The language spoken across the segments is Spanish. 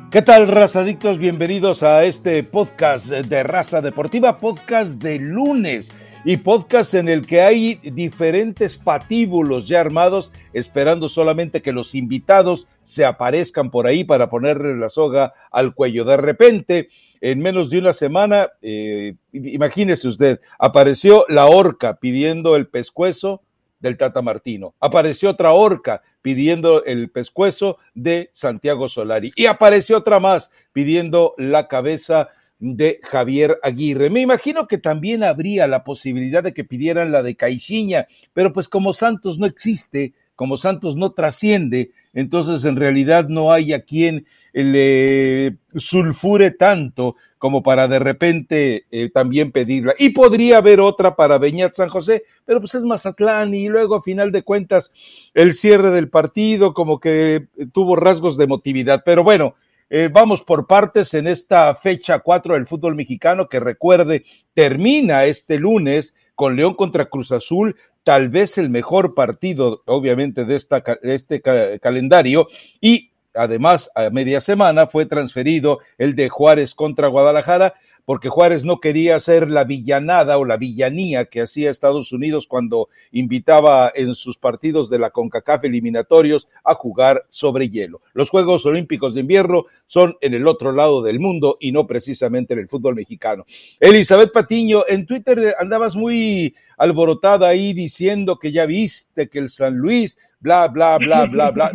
¿Qué tal, razadictos? Bienvenidos a este podcast de Raza Deportiva, podcast de lunes y podcast en el que hay diferentes patíbulos ya armados, esperando solamente que los invitados se aparezcan por ahí para ponerle la soga al cuello. De repente, en menos de una semana, imagínese usted, apareció la orca pidiendo el pescuezo del Tata Martino, apareció otra orca pidiendo el pescuezo de Santiago Solari y apareció otra más pidiendo la cabeza de Javier Aguirre. Me imagino que también habría la posibilidad de que pidieran la de Caixinha, pero pues como Santos no existe, como Santos no trasciende, entonces en realidad no hay a quien le sulfure tanto como para de repente también pedirla. Y podría haber otra para Beñat San José, pero pues es Mazatlán y luego a final de cuentas el cierre del partido como que tuvo rasgos de emotividad. Pero bueno, vamos por partes en esta fecha 4 del fútbol mexicano que recuerde termina este lunes con León contra Cruz Azul, tal vez el mejor partido obviamente de este calendario, y además a media semana fue transferido el de Juárez contra Guadalajara, porque Juárez no quería hacer la villanada o la villanía que hacía Estados Unidos cuando invitaba en sus partidos de la CONCACAF eliminatorios a jugar sobre hielo. Los Juegos Olímpicos de Invierno son en el otro lado del mundo y no precisamente en el fútbol mexicano. Elizabeth Patiño, en Twitter andabas muy alborotada ahí diciendo que ya viste que el San Luis, bla, bla, bla, bla, bla.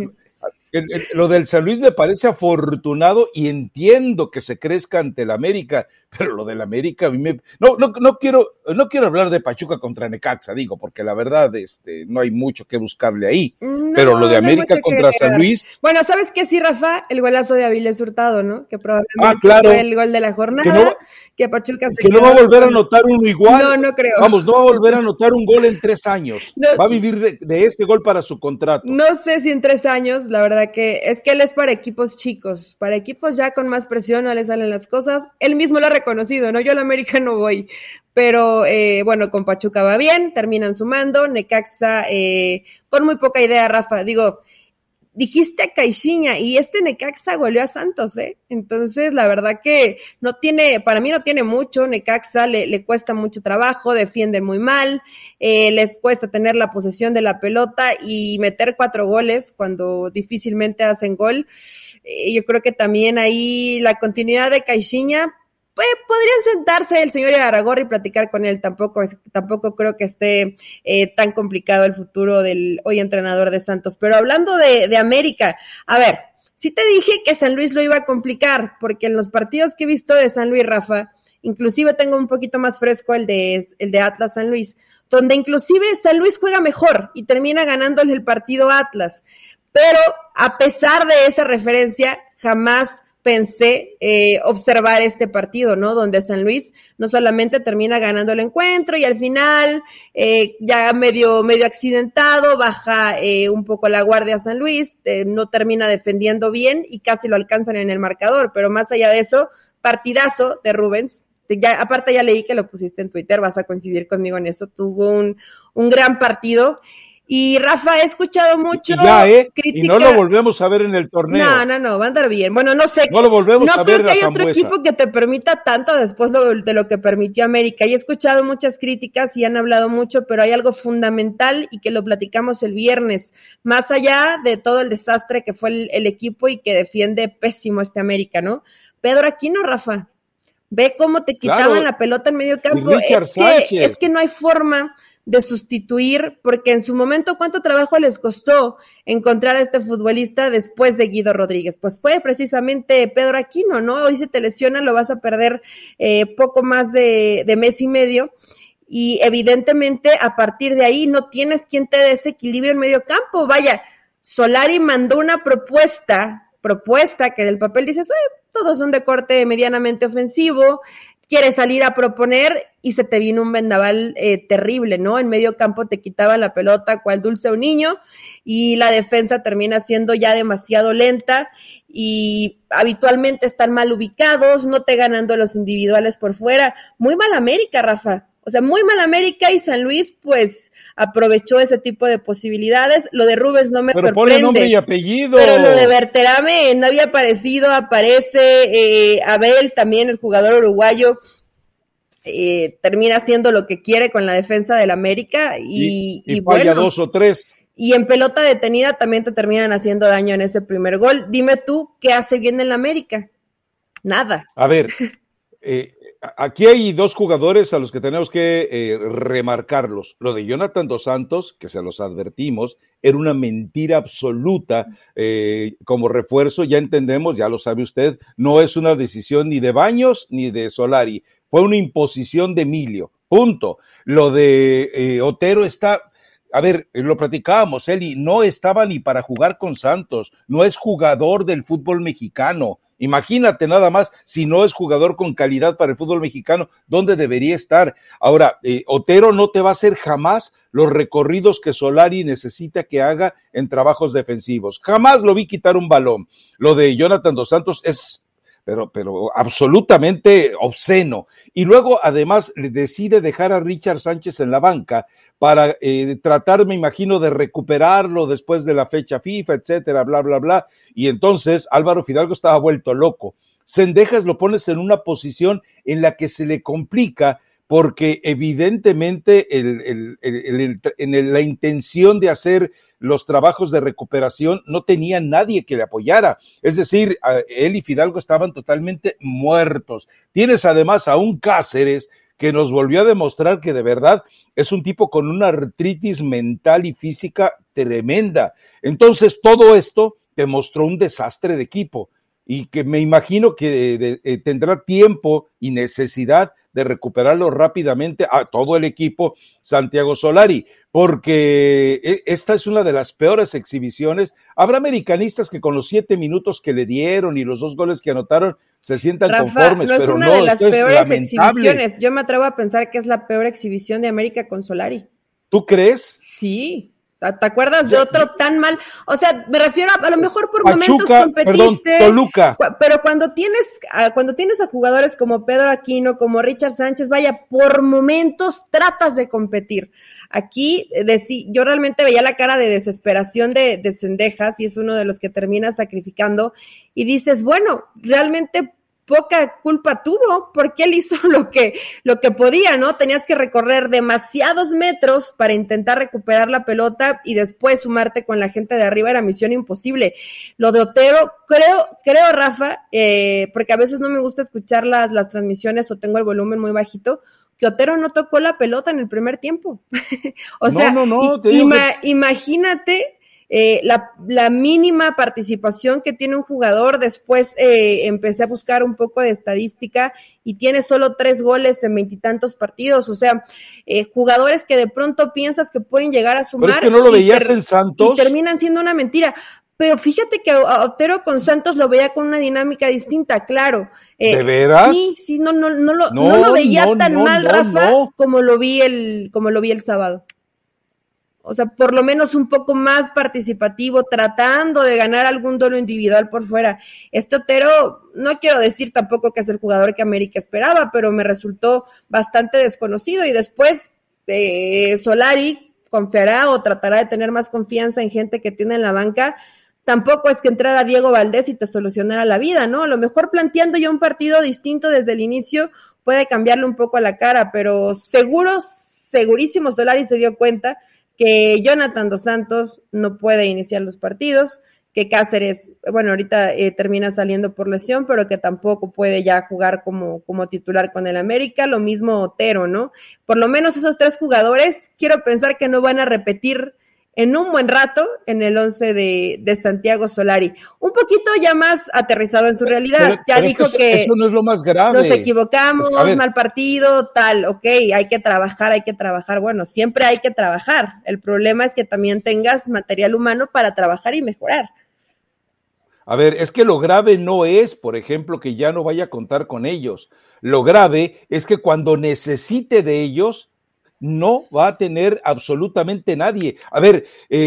Lo del San Luis me parece afortunado y entiendo que se crezca ante el América, pero lo del América a mí no quiero hablar de Pachuca contra Necaxa, digo, porque la verdad no hay mucho que buscarle ahí, pero lo de América contra San Luis. Bueno, ¿sabes qué? Sí, Rafa, el golazo de Avilés Hurtado, ¿no? Que probablemente fue el gol de la jornada, que Pachuca se no va a volver a anotar uno igual. No creo. Vamos, no va a volver a anotar un gol en 3 años. Va a vivir de este gol para su contrato. No sé si en 3 años, la verdad que es que él es para equipos chicos, para equipos ya con más presión no le salen las cosas. Él mismo lo ha reconocido, ¿no? Yo a la América no voy, pero bueno, con Pachuca va bien, terminan sumando. Necaxa con muy poca idea, Rafa, dijiste Caixinha y Necaxa goleó a Santos, entonces la verdad que para mí no tiene mucho. Necaxa le cuesta mucho trabajo, defienden muy mal, les cuesta tener la posesión de la pelota y meter 4 goles cuando difícilmente hacen gol. Yo creo que también ahí la continuidad de Caixinha, pues podrían sentarse el señor Irarrágorri y platicar con él. Tampoco creo que esté tan complicado el futuro del hoy entrenador de Santos. Pero hablando de América, a ver, sí te dije que San Luis lo iba a complicar, porque en los partidos que he visto de San Luis, Rafa, inclusive tengo un poquito más fresco el de Atlas San Luis, donde inclusive San Luis juega mejor y termina ganándole el partido a Atlas. Pero a pesar de esa referencia, jamás pensé observar este partido, ¿no? Donde San Luis no solamente termina ganando el encuentro y al final ya medio accidentado, baja un poco la guardia San Luis, no termina defendiendo bien y casi lo alcanzan en el marcador, pero más allá de eso, partidazo de Rubens. Aparte ya leí que lo pusiste en Twitter, vas a coincidir conmigo en eso, tuvo un gran partido. Y Rafa, he escuchado mucho crítica. Y no lo volvemos a ver en el torneo. No, va a andar bien. Bueno, no sé. No lo volvemos a ver. No creo que haya otro equipo que te permita tanto después de lo que permitió América. Y he escuchado muchas críticas y han hablado mucho, pero hay algo fundamental y que lo platicamos el viernes. Más allá de todo el desastre que fue el equipo y que defiende pésimo América, ¿no? Pedro Aquino, Rafa, ve cómo te quitaban la pelota en medio campo. Es que no hay forma de sustituir, porque en su momento, ¿cuánto trabajo les costó encontrar a este futbolista después de Guido Rodríguez? Pues fue precisamente Pedro Aquino, ¿no? Hoy se te lesiona, lo vas a perder poco más de mes y medio, y evidentemente a partir de ahí no tienes quien te dé ese equilibrio en medio campo. Vaya, Solari mandó una propuesta que en el papel dices, todos son de corte medianamente ofensivo, quieres salir a proponer y se te vino un vendaval terrible, ¿no? En medio campo te quitaban la pelota cual dulce a un niño y la defensa termina siendo ya demasiado lenta y habitualmente están mal ubicados, no te ganando los individuales por fuera. Muy mal América, Rafa. O sea, muy mal América, y San Luis pues aprovechó ese tipo de posibilidades. Lo de Rubens no me sorprende. Ponle nombre y apellido. Pero lo de Berterame no había aparecido, aparece. Abel, también el jugador uruguayo, termina haciendo lo que quiere con la defensa del América y falla bueno, 2 o 3. Y en pelota detenida también te terminan haciendo daño en ese primer gol. Dime tú, ¿qué hace bien en la América? Nada. A ver, aquí hay 2 jugadores a los que tenemos que remarcarlos. Lo de Jonathan Dos Santos, que se los advertimos, era una mentira absoluta como refuerzo. Ya entendemos, ya lo sabe usted, no es una decisión ni de Baños ni de Solari. Fue una imposición de Emilio, punto. Lo de Otero está... A ver, lo platicábamos, Eli, no estaba ni para jugar con Santos, no es jugador del fútbol mexicano. Imagínate nada más, si no es jugador con calidad para el fútbol mexicano, ¿dónde debería estar? Ahora, Otero no te va a hacer jamás los recorridos que Solari necesita que haga en trabajos defensivos. Jamás lo vi quitar un balón. Lo de Jonathan Dos Santos es... Pero absolutamente obsceno. Y luego, además, decide dejar a Richard Sánchez en la banca para tratar, me imagino, de recuperarlo después de la fecha FIFA, etcétera, bla, bla, bla. Y entonces Álvaro Fidalgo estaba vuelto loco. Cendejas lo pones en una posición en la que se le complica porque evidentemente la intención de hacer los trabajos de recuperación no tenía nadie que le apoyara, es decir, él y Fidalgo estaban totalmente muertos. Tienes además a un Cáceres que nos volvió a demostrar que de verdad es un tipo con una artritis mental y física tremenda. Entonces todo esto demostró un desastre de equipo y que me imagino que tendrá tiempo y necesidad de recuperarlo rápidamente a todo el equipo Santiago Solari, porque esta es una de las peores exhibiciones. Habrá americanistas que con los 7 minutos que le dieron y los 2 goles que anotaron se sientan conformes, no es pero una no, de las peores lamentable. Exhibiciones. Yo me atrevo a pensar que es la peor exhibición de América con Solari. ¿Tú crees? Sí. ¿Te acuerdas de otro tan mal? O sea, me refiero a lo mejor por momentos competiste, Toluca. Pero cuando tienes a jugadores como Pedro Aquino, como Richard Sánchez, vaya, por momentos tratas de competir. Aquí yo realmente veía la cara de desesperación de Cendejas, y es uno de los que termina sacrificando, y dices, bueno, realmente poca culpa tuvo, porque él hizo lo que podía, ¿no? Tenías que recorrer demasiados metros para intentar recuperar la pelota y después sumarte con la gente de arriba, era misión imposible. Lo de Otero, creo, Rafa, porque a veces no me gusta escuchar las transmisiones o tengo el volumen muy bajito, que Otero no tocó la pelota en el primer tiempo. Imagínate la mínima participación que tiene un jugador. Después empecé a buscar un poco de estadística y tiene solo 3 goles en 20 y tantos partidos. O sea, jugadores que de pronto piensas que pueden llegar a sumar. Pero es que no lo veías en Santos. Y terminan siendo una mentira. Pero fíjate que a Otero con Santos lo veía con una dinámica distinta, claro. ¿De veras? Sí, no lo veía tan mal, Rafa, como lo vi el sábado. O sea, por lo menos un poco más participativo, tratando de ganar algún duelo individual por fuera. Este Otero, no quiero decir tampoco que es el jugador que América esperaba, pero me resultó bastante desconocido. Y después Solari confiará o tratará de tener más confianza en gente que tiene en la banca. Tampoco es que entrara Diego Valdés y te solucionara la vida, ¿no? A lo mejor planteando ya un partido distinto desde el inicio puede cambiarle un poco a la cara, pero segurísimo Solari se dio cuenta que Jonathan Dos Santos no puede iniciar los partidos, que Cáceres, bueno, ahorita termina saliendo por lesión, pero que tampoco puede ya jugar como titular con el América, lo mismo Otero, ¿no? Por lo menos esos 3 jugadores, quiero pensar que no van a repetir en un buen rato en el 11 de Santiago Solari. Un poquito ya más aterrizado en su realidad. Ya dijo que eso no es lo más grave. Nos equivocamos, mal partido, tal, ok, hay que trabajar. Bueno, siempre hay que trabajar. El problema es que también tengas material humano para trabajar y mejorar. A ver, es que lo grave no es, por ejemplo, que ya no vaya a contar con ellos. Lo grave es que cuando necesite de ellos, no va a tener absolutamente nadie. A ver,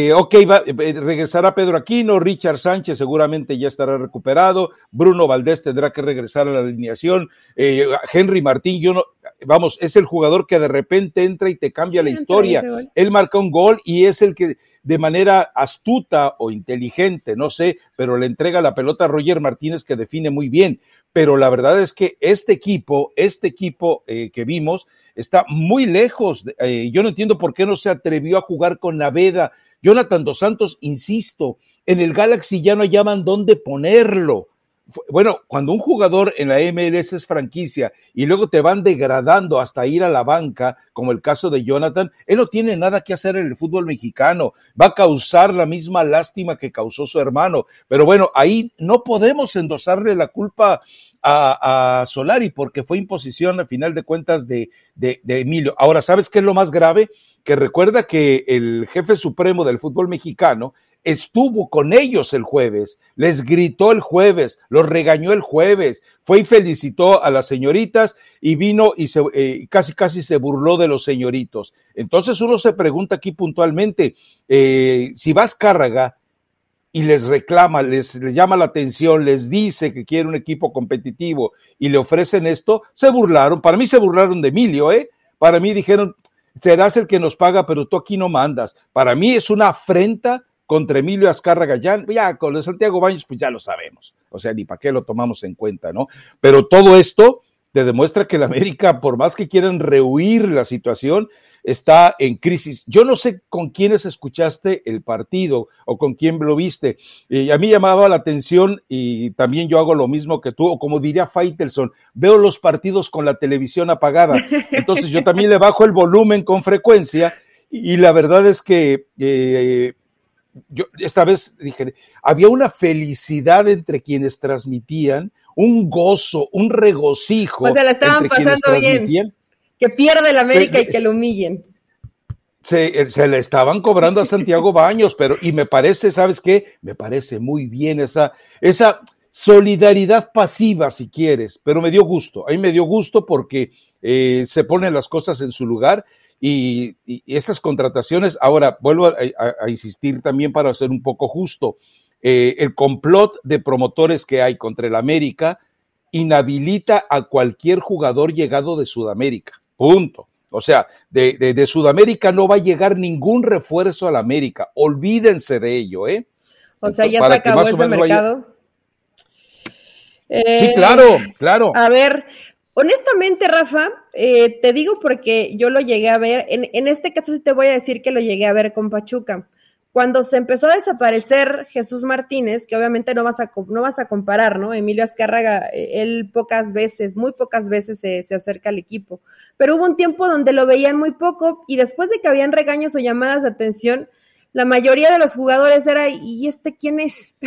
regresará Pedro Aquino, Richard Sánchez seguramente ya estará recuperado, Bruno Valdés tendrá que regresar a la alineación, Henry Martín, es el jugador que de repente entra y te cambia la historia. Él marca un gol y es el que de manera astuta o inteligente, no sé, pero le entrega la pelota a Roger Martínez, que define muy bien. Pero la verdad es que este equipo que vimos está muy lejos. Yo no entiendo por qué no se atrevió a jugar con Naveda. Jonathan Dos Santos, insisto, en el Galaxy ya no hallaban dónde ponerlo. Bueno, cuando un jugador en la MLS es franquicia y luego te van degradando hasta ir a la banca, como el caso de Jonathan, él no tiene nada que hacer en el fútbol mexicano, va a causar la misma lástima que causó su hermano, pero bueno, ahí no podemos endosarle la culpa a Solari porque fue imposición al final de cuentas de Emilio. Ahora, ¿sabes qué es lo más grave? Que recuerda que el jefe supremo del fútbol mexicano estuvo con ellos el jueves, les gritó el jueves, los regañó el jueves, fue y felicitó a las señoritas y vino y casi se burló de los señoritos. Entonces uno se pregunta aquí puntualmente, si va Azcárraga y les reclama, les llama la atención, les dice que quiere un equipo competitivo y le ofrecen esto, se burlaron. Para mí se burlaron de Emilio, para mí dijeron, serás el que nos paga, pero tú aquí no mandas. Para mí es una afrenta contra Emilio Azcárraga. Ya con el Santiago Baños, pues ya lo sabemos, o sea, ni para qué lo tomamos en cuenta, ¿no? Pero todo esto te demuestra que el América, por más que quieran rehuir la situación, está en crisis. Yo no sé con quiénes escuchaste el partido o con quién lo viste. A mí llamaba la atención y también yo hago lo mismo que tú, o como diría Faitelson, veo los partidos con la televisión apagada. Entonces yo también le bajo el volumen con frecuencia y la verdad es que yo esta vez dije, había una felicidad entre quienes transmitían, un gozo, un regocijo. O sea, la estaban pasando bien. Que pierda el América y que lo humillen. Se le estaban cobrando a Santiago Baños, y me parece, ¿sabes qué? Me parece muy bien esa solidaridad pasiva, si quieres, pero me dio gusto. A mí me dio gusto porque se ponen las cosas en su lugar y esas contrataciones, ahora vuelvo a insistir también para ser un poco justo, el complot de promotores que hay contra el América inhabilita a cualquier jugador llegado de Sudamérica. Punto. O sea, de Sudamérica no va a llegar ningún refuerzo a la América. Olvídense de ello, O sea, ya se acabó ese mercado. Sí, claro. A ver, honestamente, Rafa, te digo porque yo lo llegué a ver. En este caso sí te voy a decir que lo llegué a ver con Pachuca. Cuando se empezó a desaparecer Jesús Martínez, que obviamente no vas a comparar, ¿no? Emilio Azcárraga, él muy pocas veces se acerca al equipo. Pero hubo un tiempo donde lo veían muy poco y después de que habían regaños o llamadas de atención, la mayoría de los jugadores era, ¿y este quién es?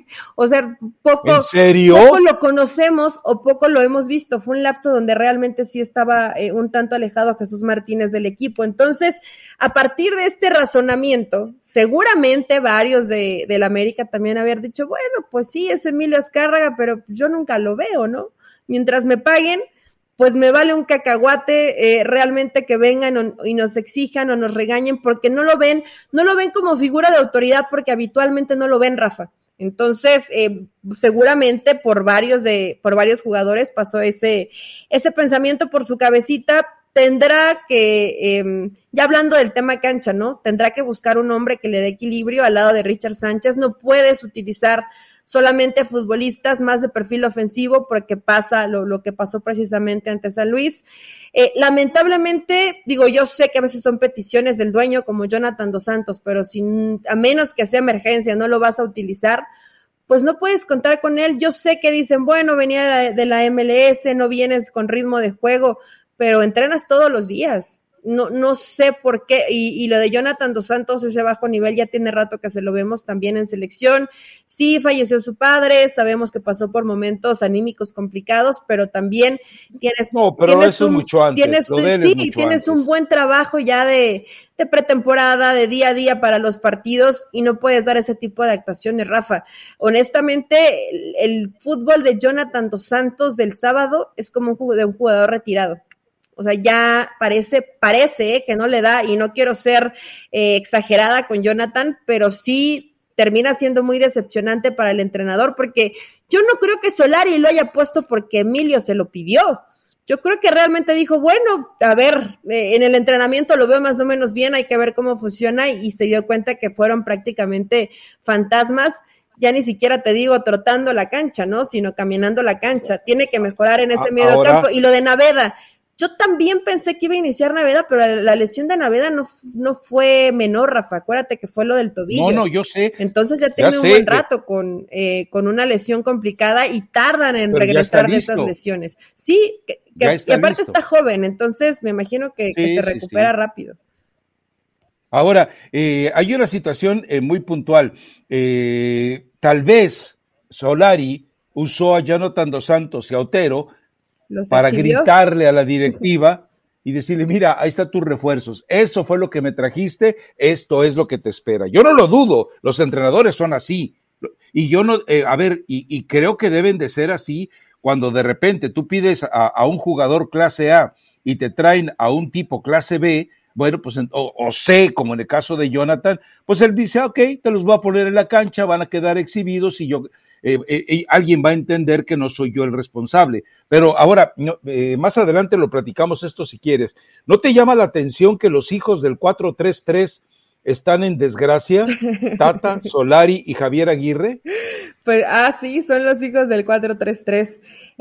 O sea, ¿En serio? Poco lo conocemos o poco lo hemos visto. Fue un lapso donde realmente sí estaba un tanto alejado a Jesús Martínez del equipo. Entonces, a partir de este razonamiento, seguramente varios del América también habían dicho, bueno, pues sí, es Emilio Azcárraga, pero yo nunca lo veo, ¿no? Mientras me paguen, pues me vale un cacahuate realmente que vengan y nos exijan o nos regañen porque no lo ven como figura de autoridad porque habitualmente no lo ven, Rafa. Entonces, seguramente por varios jugadores pasó ese pensamiento por su cabecita. Tendrá que, ya hablando del tema cancha, ¿no? Tendrá que buscar un hombre que le dé equilibrio al lado de Richard Sánchez. No puedes utilizar solamente futbolistas más de perfil ofensivo porque pasa lo que pasó precisamente ante San Luis. Lamentablemente, digo, yo sé que a veces son peticiones del dueño como Jonathan Dos Santos, pero a menos que sea emergencia no lo vas a utilizar, pues no puedes contar con él. Yo sé que dicen, bueno, venía de la MLS, no vienes con ritmo de juego, pero entrenas todos los días. No sé por qué, y lo de Jonathan Dos Santos, ese bajo nivel, ya tiene rato que se lo vemos también en selección. Sí, falleció su padre, sabemos que pasó por momentos anímicos complicados, pero también tienes mucho antes. Tienes un buen trabajo ya de pretemporada, de día a día para los partidos, y no puedes dar ese tipo de actuaciones, Rafa. Honestamente, el fútbol de Jonathan Dos Santos del sábado es como de un jugador retirado. O sea, ya parece que no le da, y no quiero ser exagerada con Jonathan, pero sí termina siendo muy decepcionante para el entrenador, porque yo no creo que Solari lo haya puesto porque Emilio se lo pidió. Yo creo que realmente dijo, bueno, a ver, en el entrenamiento lo veo más o menos bien, hay que ver cómo funciona, y se dio cuenta que fueron prácticamente fantasmas, ya ni siquiera te digo trotando la cancha, ¿no? Sino caminando la cancha. Tiene que mejorar en ese medio campo. Y lo de Naveda, yo también pensé que iba a iniciar Naveda, pero la lesión de Naveda no fue menor, Rafa. Acuérdate que fue lo del tobillo. No, yo sé. Entonces ya tiene un buen rato con una lesión complicada, y tardan en regresar de esas lesiones. Sí, y aparte está joven, entonces me imagino que se recupera rápido. Ahora, hay una situación muy puntual. Tal vez Solari usó a Jonathan Dos Santos y a Otero para gritarle a la directiva y decirle, mira, ahí están tus refuerzos, eso fue lo que me trajiste, esto es lo que te espera. Yo no lo dudo, los entrenadores son así, y yo no, y creo que deben de ser así cuando de repente tú pides a un jugador clase A y te traen a un tipo clase B. Bueno, pues, o C, como en el caso de Jonathan, pues él dice, ok, te los voy a poner en la cancha, van a quedar exhibidos, y yo, alguien va a entender que no soy yo el responsable. Pero ahora, más adelante lo platicamos esto si quieres. ¿No te llama la atención que los hijos del 4-3-3 están en desgracia? Tata, Solari y Javier Aguirre. Pues, sí, son los hijos del 4-3-3.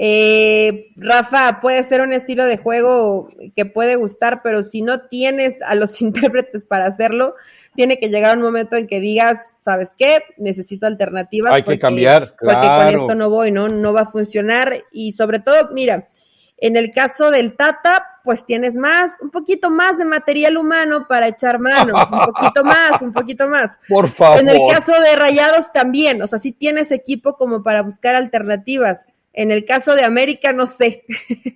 Rafa, puede ser un estilo de juego que puede gustar, pero si no tienes a los intérpretes para hacerlo, tiene que llegar un momento en que digas, ¿sabes qué? Necesito alternativas. Hay que cambiar, claro. Porque con esto no voy, no va a funcionar. Y sobre todo, mira, en el caso del Tata, pues tienes un poquito más de material humano para echar mano, un poquito más. Por favor. En el caso de Rayados también, o sea, sí tienes equipo como para buscar alternativas. En el caso de América, no sé.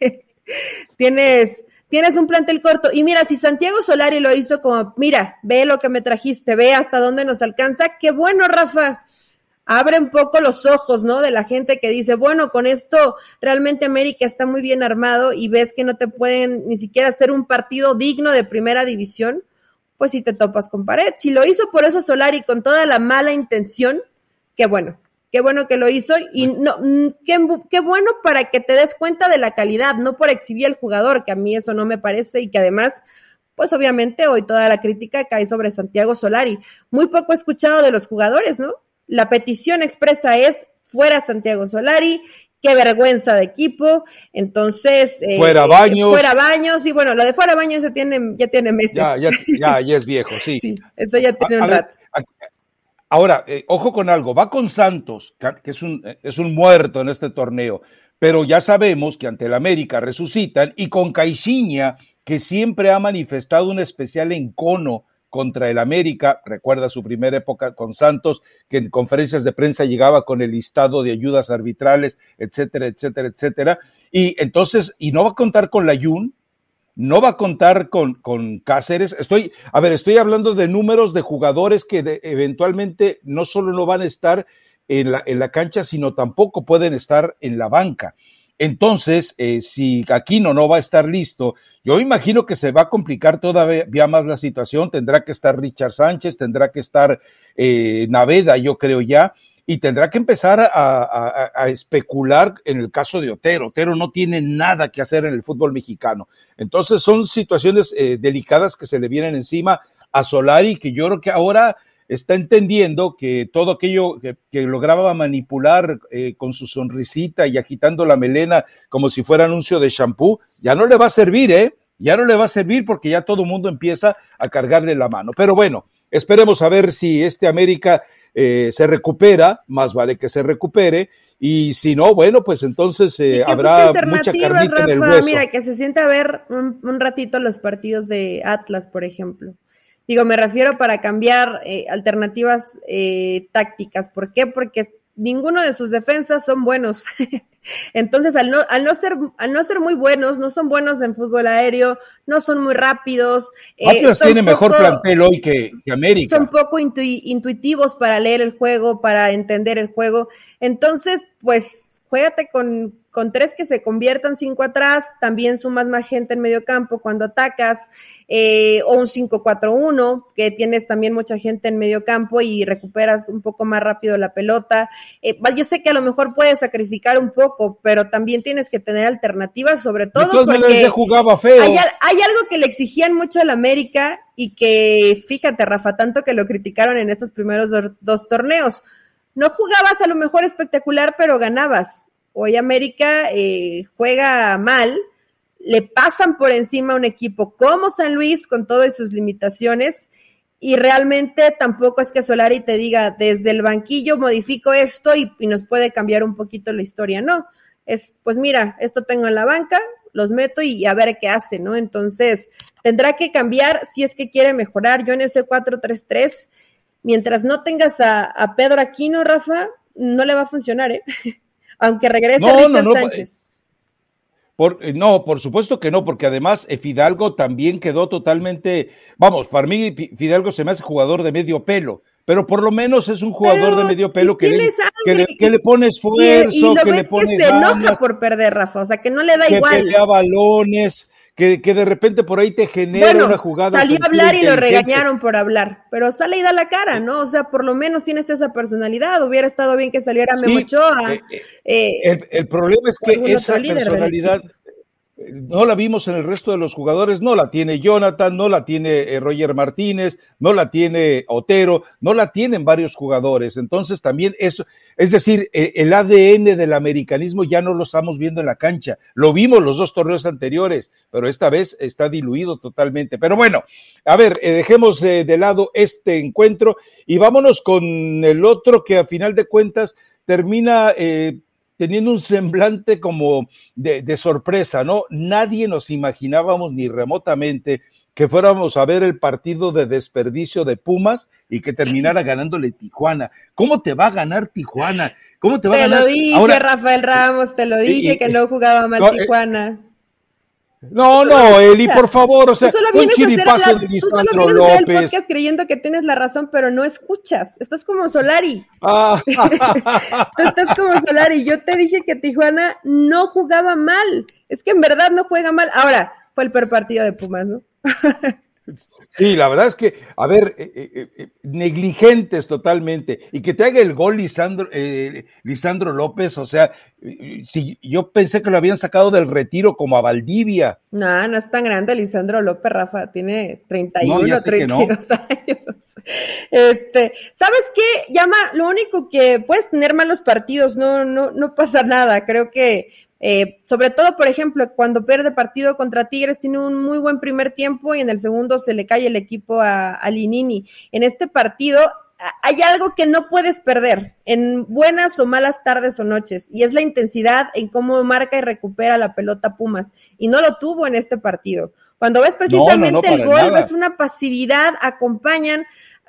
Tienes un plantel corto. Y mira, si Santiago Solari lo hizo como, mira, ve lo que me trajiste, ve hasta dónde nos alcanza, qué bueno, Rafa. Abre un poco los ojos, ¿no? De la gente que dice, bueno, con esto realmente América está muy bien armado, y ves que no te pueden ni siquiera hacer un partido digno de primera división, pues si te topas con pared. Si lo hizo por eso Solari con toda la mala intención, qué bueno que lo hizo, y qué bueno para que te des cuenta de la calidad, no por exhibir al jugador, que a mí eso no me parece, y que además, pues obviamente hoy toda la crítica cae sobre Santiago Solari. Muy poco escuchado de los jugadores, ¿no? La petición expresa es fuera Santiago Solari, qué vergüenza de equipo. Entonces, fuera Baños, y bueno, lo de fuera Baños ya tiene meses. Ya es viejo, sí. Sí, eso ya tiene un rato. Ahora, ojo con algo, va con Santos, que es un muerto en este torneo, pero ya sabemos que ante el América resucitan, y con Caixinha, que siempre ha manifestado un especial encono contra el América. Recuerda su primera época con Santos, que en conferencias de prensa llegaba con el listado de ayudas arbitrales, etcétera, etcétera, etcétera, y entonces, y no va a contar con Layún, no va a contar con Cáceres. Estoy hablando de números de jugadores que eventualmente no solo no van a estar en la cancha, sino tampoco pueden estar en la banca. Entonces, si Aquino no va a estar listo, yo imagino que se va a complicar todavía más la situación. Tendrá que estar Richard Sánchez, tendrá que estar Naveda, yo creo ya, y tendrá que empezar a especular en el caso de Otero. Otero no tiene nada que hacer en el fútbol mexicano. Entonces son situaciones delicadas que se le vienen encima a Solari, que yo creo que ahora está entendiendo que todo aquello que lograba manipular con su sonrisita y agitando la melena como si fuera anuncio de shampoo, ya no le va a servir, ya no le va a servir, porque ya todo el mundo empieza a cargarle la mano. Pero bueno, esperemos a ver si América se recupera, más vale que se recupere, y si no, bueno, pues entonces habrá mucha carnita, Rafa, en el hueso. Mira, que se sienta a ver un ratito los partidos de Atlas, por ejemplo. Digo, me refiero para cambiar alternativas tácticas. ¿Por qué? Porque ninguno de sus defensas son buenos. Entonces, al no ser muy buenos, no son buenos en fútbol aéreo, no son muy rápidos. Atlas tiene mejor plantel hoy que América. Son poco intuitivos para leer el juego, para entender el juego. Entonces, pues, juégate con 3 que se conviertan 5 atrás, también sumas más gente en medio campo cuando atacas, o un 5-4-1, que tienes también mucha gente en medio campo y recuperas un poco más rápido la pelota. Yo sé que a lo mejor puedes sacrificar un poco, pero también tienes que tener alternativas, sobre todo porque se jugaba feo. Hay algo que le exigían mucho al América y que, fíjate, Rafa, tanto que lo criticaron en estos primeros 2 torneos. No jugabas a lo mejor espectacular, pero ganabas. Hoy América juega mal, le pasan por encima a un equipo como San Luis con todas sus limitaciones y realmente tampoco es que Solari te diga desde el banquillo modifico esto y nos puede cambiar un poquito la historia, no, es pues mira, esto tengo en la banca, los meto y a ver qué hace, ¿no? Entonces tendrá que cambiar si es que quiere mejorar. Yo en ese 4-3-3, mientras no tengas a Pedro Aquino, Rafa, no le va a funcionar, aunque regrese Richard Sánchez. Por supuesto que no, porque además Fidalgo también quedó totalmente, vamos, para mí Fidalgo se me hace jugador de medio pelo, pero por lo menos es un jugador de medio pelo que le pone esfuerzo, que le pone ganas, se enoja por perder, Rafa, o sea, que no le da igual. Que pelea balones, que de repente por ahí te genera una jugada. Salió a hablar y lo regañaron por hablar, pero sale y da la cara, ¿no? O sea, por lo menos tienes esa personalidad. Hubiera estado bien que saliera Memo Ochoa. El problema es que esa personalidad no la vimos en el resto de los jugadores, no la tiene Jonathan, no la tiene Roger Martínez, no la tiene Otero, no la tienen varios jugadores. Entonces también eso, es decir, el ADN del americanismo ya no lo estamos viendo en la cancha, lo vimos los 2 torneos anteriores, pero esta vez está diluido totalmente. Pero bueno, a ver, dejemos de lado este encuentro y vámonos con el otro que a final de cuentas termina teniendo un semblante como de sorpresa, ¿no? Nadie nos imaginábamos ni remotamente que fuéramos a ver el partido de desperdicio de Pumas y que terminara ganándole Tijuana. ¿Cómo te va a ganar Tijuana? ¿Cómo te va a ganar? Te lo dije, ahora, Rafael Ramos, te lo dije, que no jugaba mal Tijuana. No, Eli, por favor, o sea, un chiripazo de Lisandro López. Tú solo vienes a hacer el podcast creyendo que tienes la razón, pero no escuchas. Estás como Solari. Tú estás como Solari. Yo te dije que Tijuana no jugaba mal. Es que en verdad no juega mal. Ahora, fue el peor partido de Pumas, ¿no? Sí, la verdad es que, a ver, negligentes totalmente, y que te haga el gol Lisandro López, o sea, si yo pensé que lo habían sacado del retiro como a Valdivia. No es tan grande Lisandro López, Rafa, tiene 31, 32 años. ¿Sabes qué? Lo único que puedes tener malos partidos, no pasa nada, creo que sobre todo, por ejemplo, cuando pierde partido contra Tigres, tiene un muy buen primer tiempo y en el segundo se le cae el equipo a Linini. En este partido hay algo que no puedes perder en buenas o malas tardes o noches, y es la intensidad en cómo marca y recupera la pelota Pumas, y no lo tuvo en este partido. Cuando ves precisamente el gol, ves una pasividad, acompañan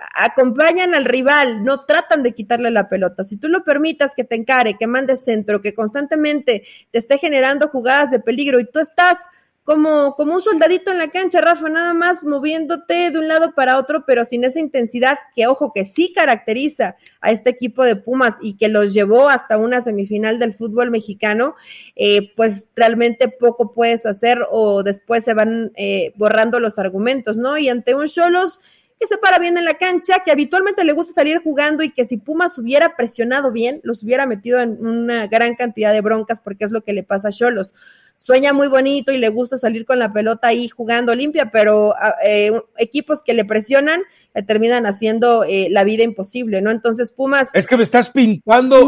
al rival, no tratan de quitarle la pelota. Si tú lo permitas que te encare, que mande centro, que constantemente te esté generando jugadas de peligro y tú estás como un soldadito en la cancha, Rafa, nada más moviéndote de un lado para otro, pero sin esa intensidad que, ojo, que sí caracteriza a este equipo de Pumas y que los llevó hasta una semifinal del fútbol mexicano, pues realmente poco puedes hacer o después se van borrando los argumentos, ¿no? Y ante un Xolos que se para bien en la cancha, que habitualmente le gusta salir jugando y que si Pumas hubiera presionado bien, los hubiera metido en una gran cantidad de broncas, porque es lo que le pasa a Xolos. Sueña muy bonito y le gusta salir con la pelota ahí jugando limpia, pero equipos que le presionan le terminan haciendo la vida imposible, ¿no? Entonces Pumas... Es que me estás pintando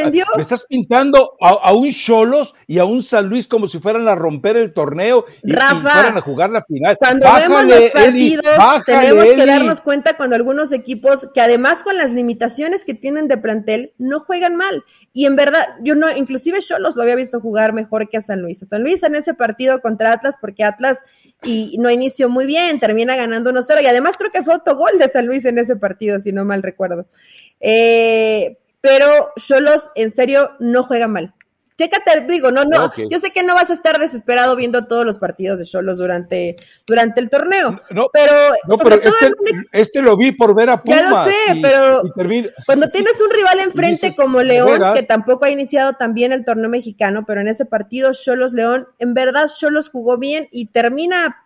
a un Xolos y a un San Luis como si fueran a romper el torneo y fueran a jugar la final. Cuando vemos los partidos, tenemos que darnos cuenta cuando algunos equipos, que además con las limitaciones que tienen de plantel, no juegan mal. Y en verdad, inclusive Xolos lo había visto jugar mejor que a San Luis. A San Luis en ese partido contra Atlas, porque Atlas no inició muy bien, termina ganando 1-0, y además creo que fue autogol de San Luis en ese partido, si no mal recuerdo. Pero Xolos, en serio, no juega mal. Chécate, digo, no, Okay. yo sé que no vas a estar desesperado viendo todos los partidos de Xolos durante el torneo, No, pero no, sobre pero todo este lo vi por ver a Pumas. ya lo sé, pero termina, cuando tienes un rival enfrente dices, como León, veras, que tampoco ha iniciado tan bien el torneo mexicano, pero en ese partido Xolos León, en verdad Xolos jugó bien y termina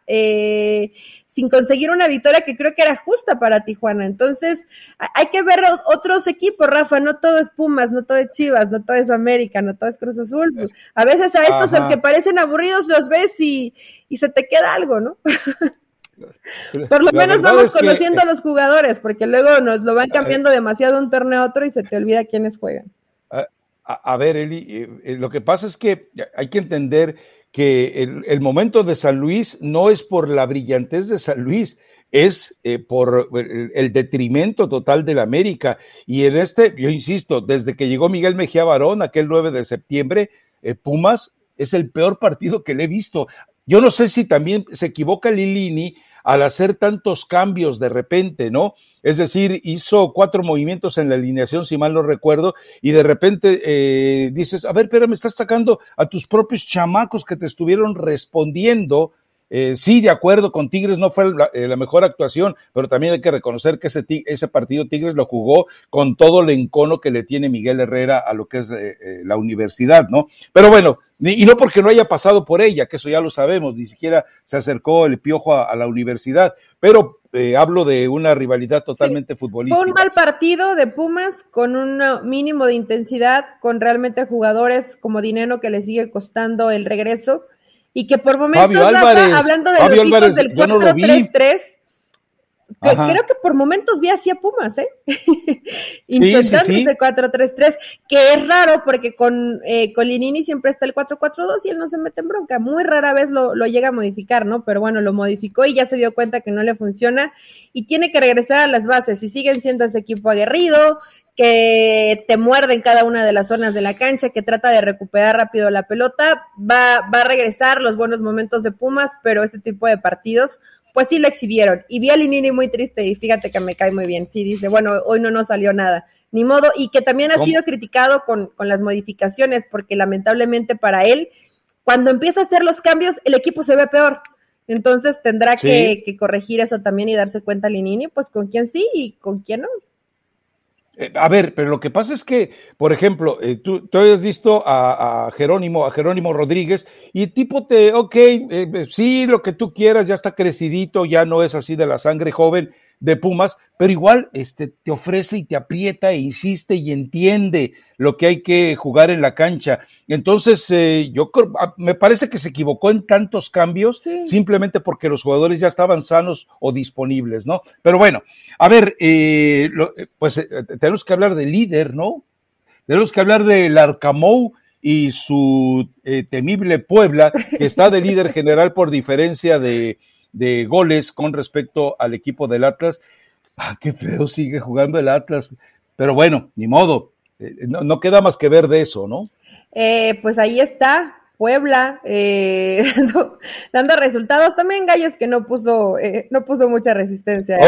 sin conseguir una victoria que creo que era justa para Tijuana. Entonces, hay que ver otros equipos, Rafa, no todo es Pumas, no todo es Chivas, no todo es América, no todo es Cruz Azul. A veces a estos, ajá, aunque parecen aburridos, los ves y se te queda algo, ¿no? Por lo menos vamos conociendo a los jugadores, porque luego nos lo van cambiando demasiado de un torneo a otro y se te olvida quiénes juegan. A ver, Eli, lo que pasa es que hay que entender que el momento de San Luis no es por la brillantez de San Luis, es por el detrimento total del América. Y en yo insisto, desde que llegó Miguel Mejía Barón, aquel 9 de septiembre, Pumas es el peor partido que le he visto. Yo no sé si también se equivoca Lilini al hacer tantos cambios de repente, ¿no? Es decir, hizo 4 movimientos en la alineación, si mal no recuerdo, y de repente dices, a ver, espérame, estás sacando a tus propios chamacos que te estuvieron respondiendo. Sí, de acuerdo, con Tigres no fue la mejor actuación, pero también hay que reconocer que ese partido Tigres lo jugó con todo el encono que le tiene Miguel Herrera a lo que es la universidad, ¿no? Pero bueno, y no porque no haya pasado por ella, que eso ya lo sabemos, ni siquiera se acercó el Piojo a la universidad, pero hablo de una rivalidad totalmente futbolística. Fue un mal partido de Pumas con un mínimo de intensidad, con realmente jugadores como Dineno que le sigue costando el regreso, y que por momentos, Fabio Álvarez, Rafa, hablando de Fabio los Álvarez, hijos del yo no lo vi. 4-3-3, creo que por momentos vi así a Pumas, intentando sí. ese 4-3-3, que es raro porque con Linini siempre está el 4-4-2 y él no se mete en bronca, muy rara vez lo llega a modificar, ¿no? Pero bueno, lo modificó y ya se dio cuenta que no le funciona y tiene que regresar a las bases y siguen siendo ese equipo aguerrido, que te muerde en cada una de las zonas de la cancha, que trata de recuperar rápido la pelota, va a regresar los buenos momentos de Pumas, pero este tipo de partidos pues sí lo exhibieron, y vi a Linini muy triste, y fíjate que me cae muy bien, sí, dice, bueno, hoy no nos salió nada, ni modo, y que también ha sido criticado con las modificaciones, porque lamentablemente para él, cuando empieza a hacer los cambios, el equipo se ve peor, entonces tendrá que corregir eso también y darse cuenta Linini, pues con quién sí y con quién no. A ver, pero lo que pasa es que, por ejemplo, tú has visto a Jerónimo Rodríguez, y el tipo sí, lo que tú quieras, ya está crecidito, ya no es así de la sangre joven de Pumas, pero igual te ofrece y te aprieta e insiste y entiende lo que hay que jugar en la cancha. Entonces, me parece que se equivocó en tantos cambios, simplemente porque los jugadores ya estaban sanos o disponibles, ¿no? Pero bueno, a ver, tenemos que hablar del líder, ¿no? Tenemos que hablar del Arcamou y su temible Puebla, que está de líder general por diferencia de goles con respecto al equipo del Atlas. Qué feo sigue jugando el Atlas, pero bueno, ni modo, no queda más que ver de eso, ¿no? Pues ahí está Puebla dando resultados, también Gallos que no puso mucha resistencia.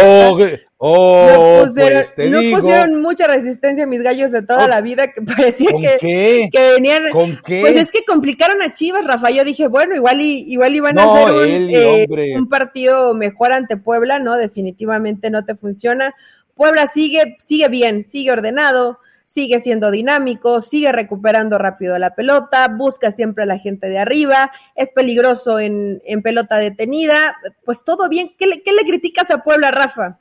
No pusieron mucha resistencia mis Gallos de toda la vida, que parecía que venían. ¿Con qué? Pues es que complicaron a Chivas, Rafa. Yo dije, bueno, igual iban a hacer un partido mejor ante Puebla, ¿no? Definitivamente no te funciona. Puebla sigue bien, sigue ordenado, sigue siendo dinámico, sigue recuperando rápido la pelota, busca siempre a la gente de arriba, es peligroso en pelota detenida, pues todo bien. ¿Qué le criticas a Puebla, Rafa?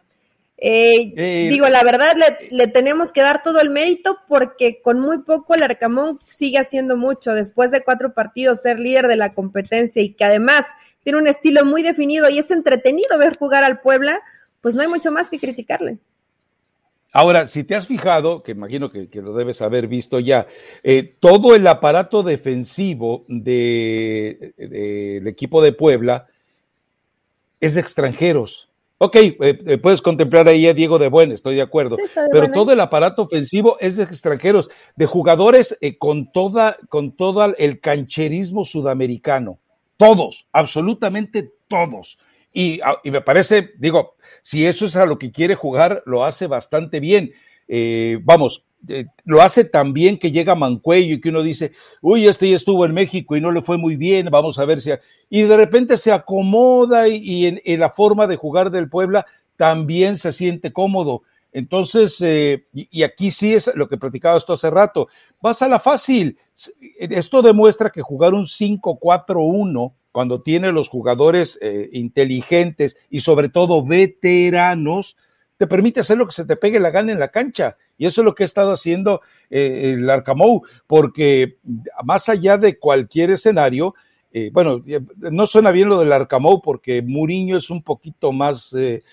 La verdad le tenemos que dar todo el mérito, porque con muy poco el Arcamón sigue haciendo mucho, después de 4 partidos ser líder de la competencia, y que además tiene un estilo muy definido y es entretenido ver jugar al Puebla, pues no hay mucho más que criticarle. Ahora, si te has fijado, que imagino que lo debes haber visto ya, todo el aparato defensivo del equipo de Puebla es de extranjeros. Ok, puedes contemplar ahí a Diego de Buen, estoy de acuerdo, pero todo el aparato ofensivo es de extranjeros, de jugadores con todo el cancherismo sudamericano, todos, absolutamente todos. Y me parece, si eso es a lo que quiere jugar, lo hace bastante bien. lo hace tan bien que llega Mancuello y que uno dice, uy, este ya estuvo en México y no le fue muy bien, vamos a ver si... Y de repente se acomoda y en la forma de jugar del Puebla también se siente cómodo. Entonces, y aquí sí es lo que platicabas tú hace rato, vas a la fácil. Esto demuestra que jugar un 5-4-1 cuando tiene los jugadores inteligentes y sobre todo veteranos, te permite hacer lo que se te pegue la gana en la cancha. Y eso es lo que ha estado haciendo el Arcamou, porque más allá de cualquier escenario, bueno, no suena bien lo del Arcamou porque Mourinho es un poquito más,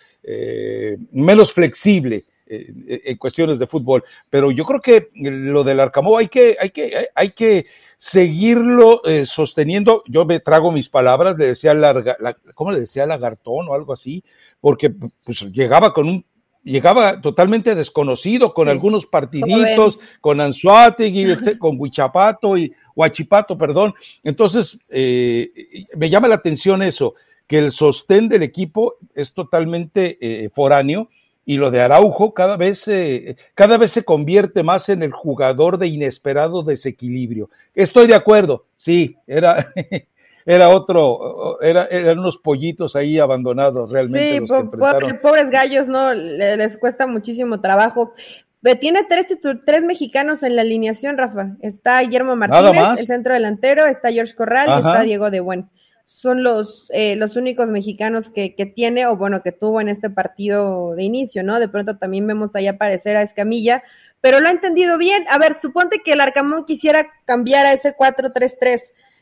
menos flexible en cuestiones de fútbol, pero yo creo que lo del Arcamou hay que seguirlo sosteniendo. Yo me trago mis palabras, le decía ¿cómo le decía? Lagartón o algo así, porque pues llegaba totalmente desconocido con algunos partiditos, con Anzuategui, con Huichapato y Huachipato, perdón. Entonces, me llama la atención eso, que el sostén del equipo es totalmente foráneo, y lo de Araujo cada vez se convierte más en el jugador de inesperado desequilibrio. Estoy de acuerdo, sí, eran unos pollitos ahí abandonados realmente. Sí, los que enfrentaron. pobres gallos, ¿no? Les cuesta muchísimo trabajo. Tiene tres mexicanos en la alineación, Rafa. Está Guillermo Martínez, el centro delantero, está George Corral y está Diego de Buen. Son los únicos mexicanos que tiene, o bueno, que tuvo en este partido de inicio, ¿no? De pronto también vemos ahí aparecer a Escamilla, pero lo ha entendido bien. A ver, suponte que el Arcamón quisiera cambiar a ese 4-3-3.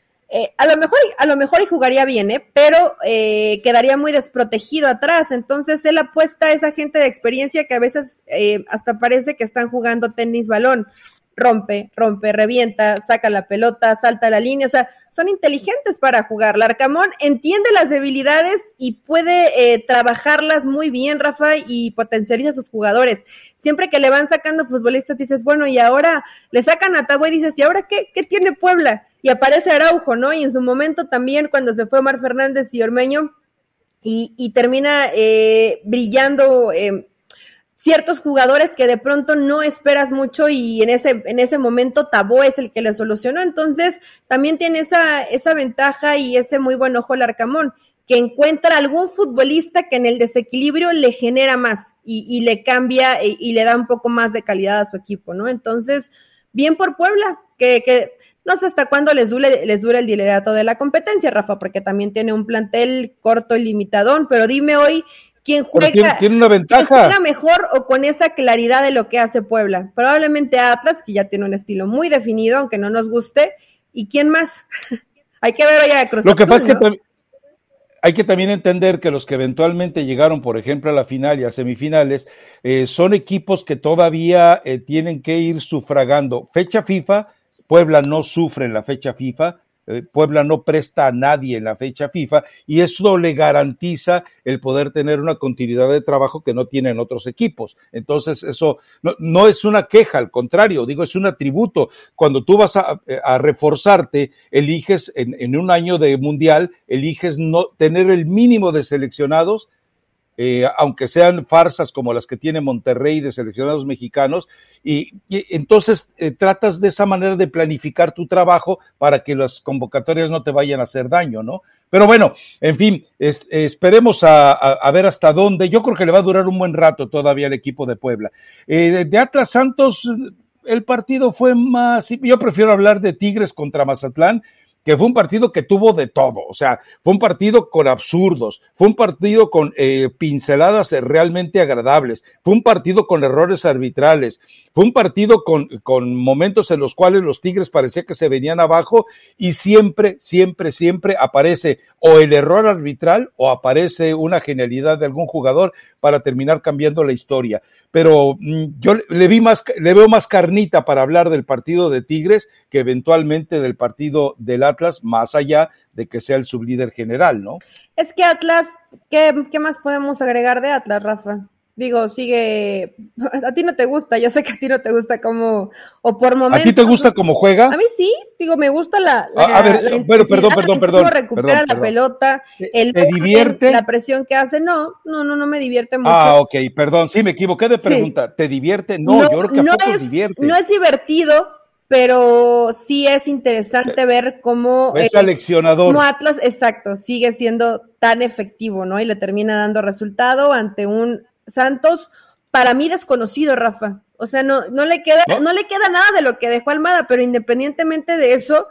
A lo mejor y jugaría bien, pero quedaría muy desprotegido atrás. Entonces él apuesta a esa gente de experiencia que a veces hasta parece que están jugando tenis balón. Rompe, revienta, saca la pelota, salta la línea, o sea, son inteligentes para jugar. Larcamón entiende las debilidades y puede trabajarlas muy bien, Rafa, y potencializa a sus jugadores. Siempre que le van sacando futbolistas dices, bueno, y ahora le sacan a Tabo y dices, ¿y ahora qué tiene Puebla? Y aparece Araujo, ¿no? Y en su momento también cuando se fue Omar Fernández y Ormeño y termina brillando ciertos jugadores que de pronto no esperas mucho y en ese momento Tabó es el que le solucionó. Entonces también tiene esa ventaja y ese muy buen ojo el Arcamón, que encuentra algún futbolista que en el desequilibrio le genera más y le cambia y le da un poco más de calidad a su equipo, ¿no? Entonces, bien por Puebla, que no sé hasta cuándo les dure el liderato de la competencia, Rafa, porque también tiene un plantel corto y limitadón, pero dime hoy quién juega, tiene una ventaja. ¿Quién juega mejor o con esa claridad de lo que hace Puebla? Probablemente Atlas, que ya tiene un estilo muy definido, aunque no nos guste, ¿y quién más? Hay que ver hoy a Cruz Azul, lo que pasa, ¿no? Es que hay que también entender que los que eventualmente llegaron, por ejemplo, a la final y a semifinales, son equipos que todavía tienen que ir sufragando. Fecha FIFA, Puebla no sufre en la fecha FIFA, Puebla no presta a nadie en la fecha FIFA y eso le garantiza el poder tener una continuidad de trabajo que no tienen otros equipos. Entonces eso no es una queja, al contrario, digo, es un atributo. Cuando tú vas a reforzarte, eliges en un año de mundial, eliges no tener el mínimo de seleccionados, aunque sean farsas como las que tiene Monterrey de seleccionados mexicanos, y entonces tratas de esa manera de planificar tu trabajo para que las convocatorias no te vayan a hacer daño, ¿no? Pero bueno, en fin, esperemos a ver hasta dónde. Yo creo que le va a durar un buen rato todavía al equipo de Puebla. De Atlas Santos, el partido fue más, yo prefiero hablar de Tigres contra Mazatlán, que fue un partido que tuvo de todo, o sea, fue un partido con absurdos, fue un partido con pinceladas realmente agradables, fue un partido con errores arbitrales, fue un partido con momentos en los cuales los Tigres parecía que se venían abajo y siempre aparece o el error arbitral o aparece una genialidad de algún jugador para terminar cambiando la historia. Pero yo le veo más carnita para hablar del partido de Tigres que eventualmente del partido del Atlas, más allá de que sea el sublíder general, ¿no? Es que Atlas, ¿qué más podemos agregar de Atlas, Rafa? Digo, sigue, a ti no te gusta, yo sé que a ti no te gusta como, o por momentos. ¿A ti te gusta cómo juega? A mí sí, digo, me gusta A ver, bueno, perdón. cómo recupera la pelota, ¿Te divierte? la presión que hace, no me divierte mucho. Ok, perdón, sí, me equivoqué de pregunta. Sí. ¿Te divierte? No, yo creo que a pocos divierte. No es divertido, pero sí es interesante ver cómo es aleccionador. Cómo Atlas, exacto, sigue siendo tan efectivo, ¿no? Y le termina dando resultado ante un Santos para mí desconocido, Rafa. O sea, no le queda nada de lo que dejó Almada, pero independientemente de eso,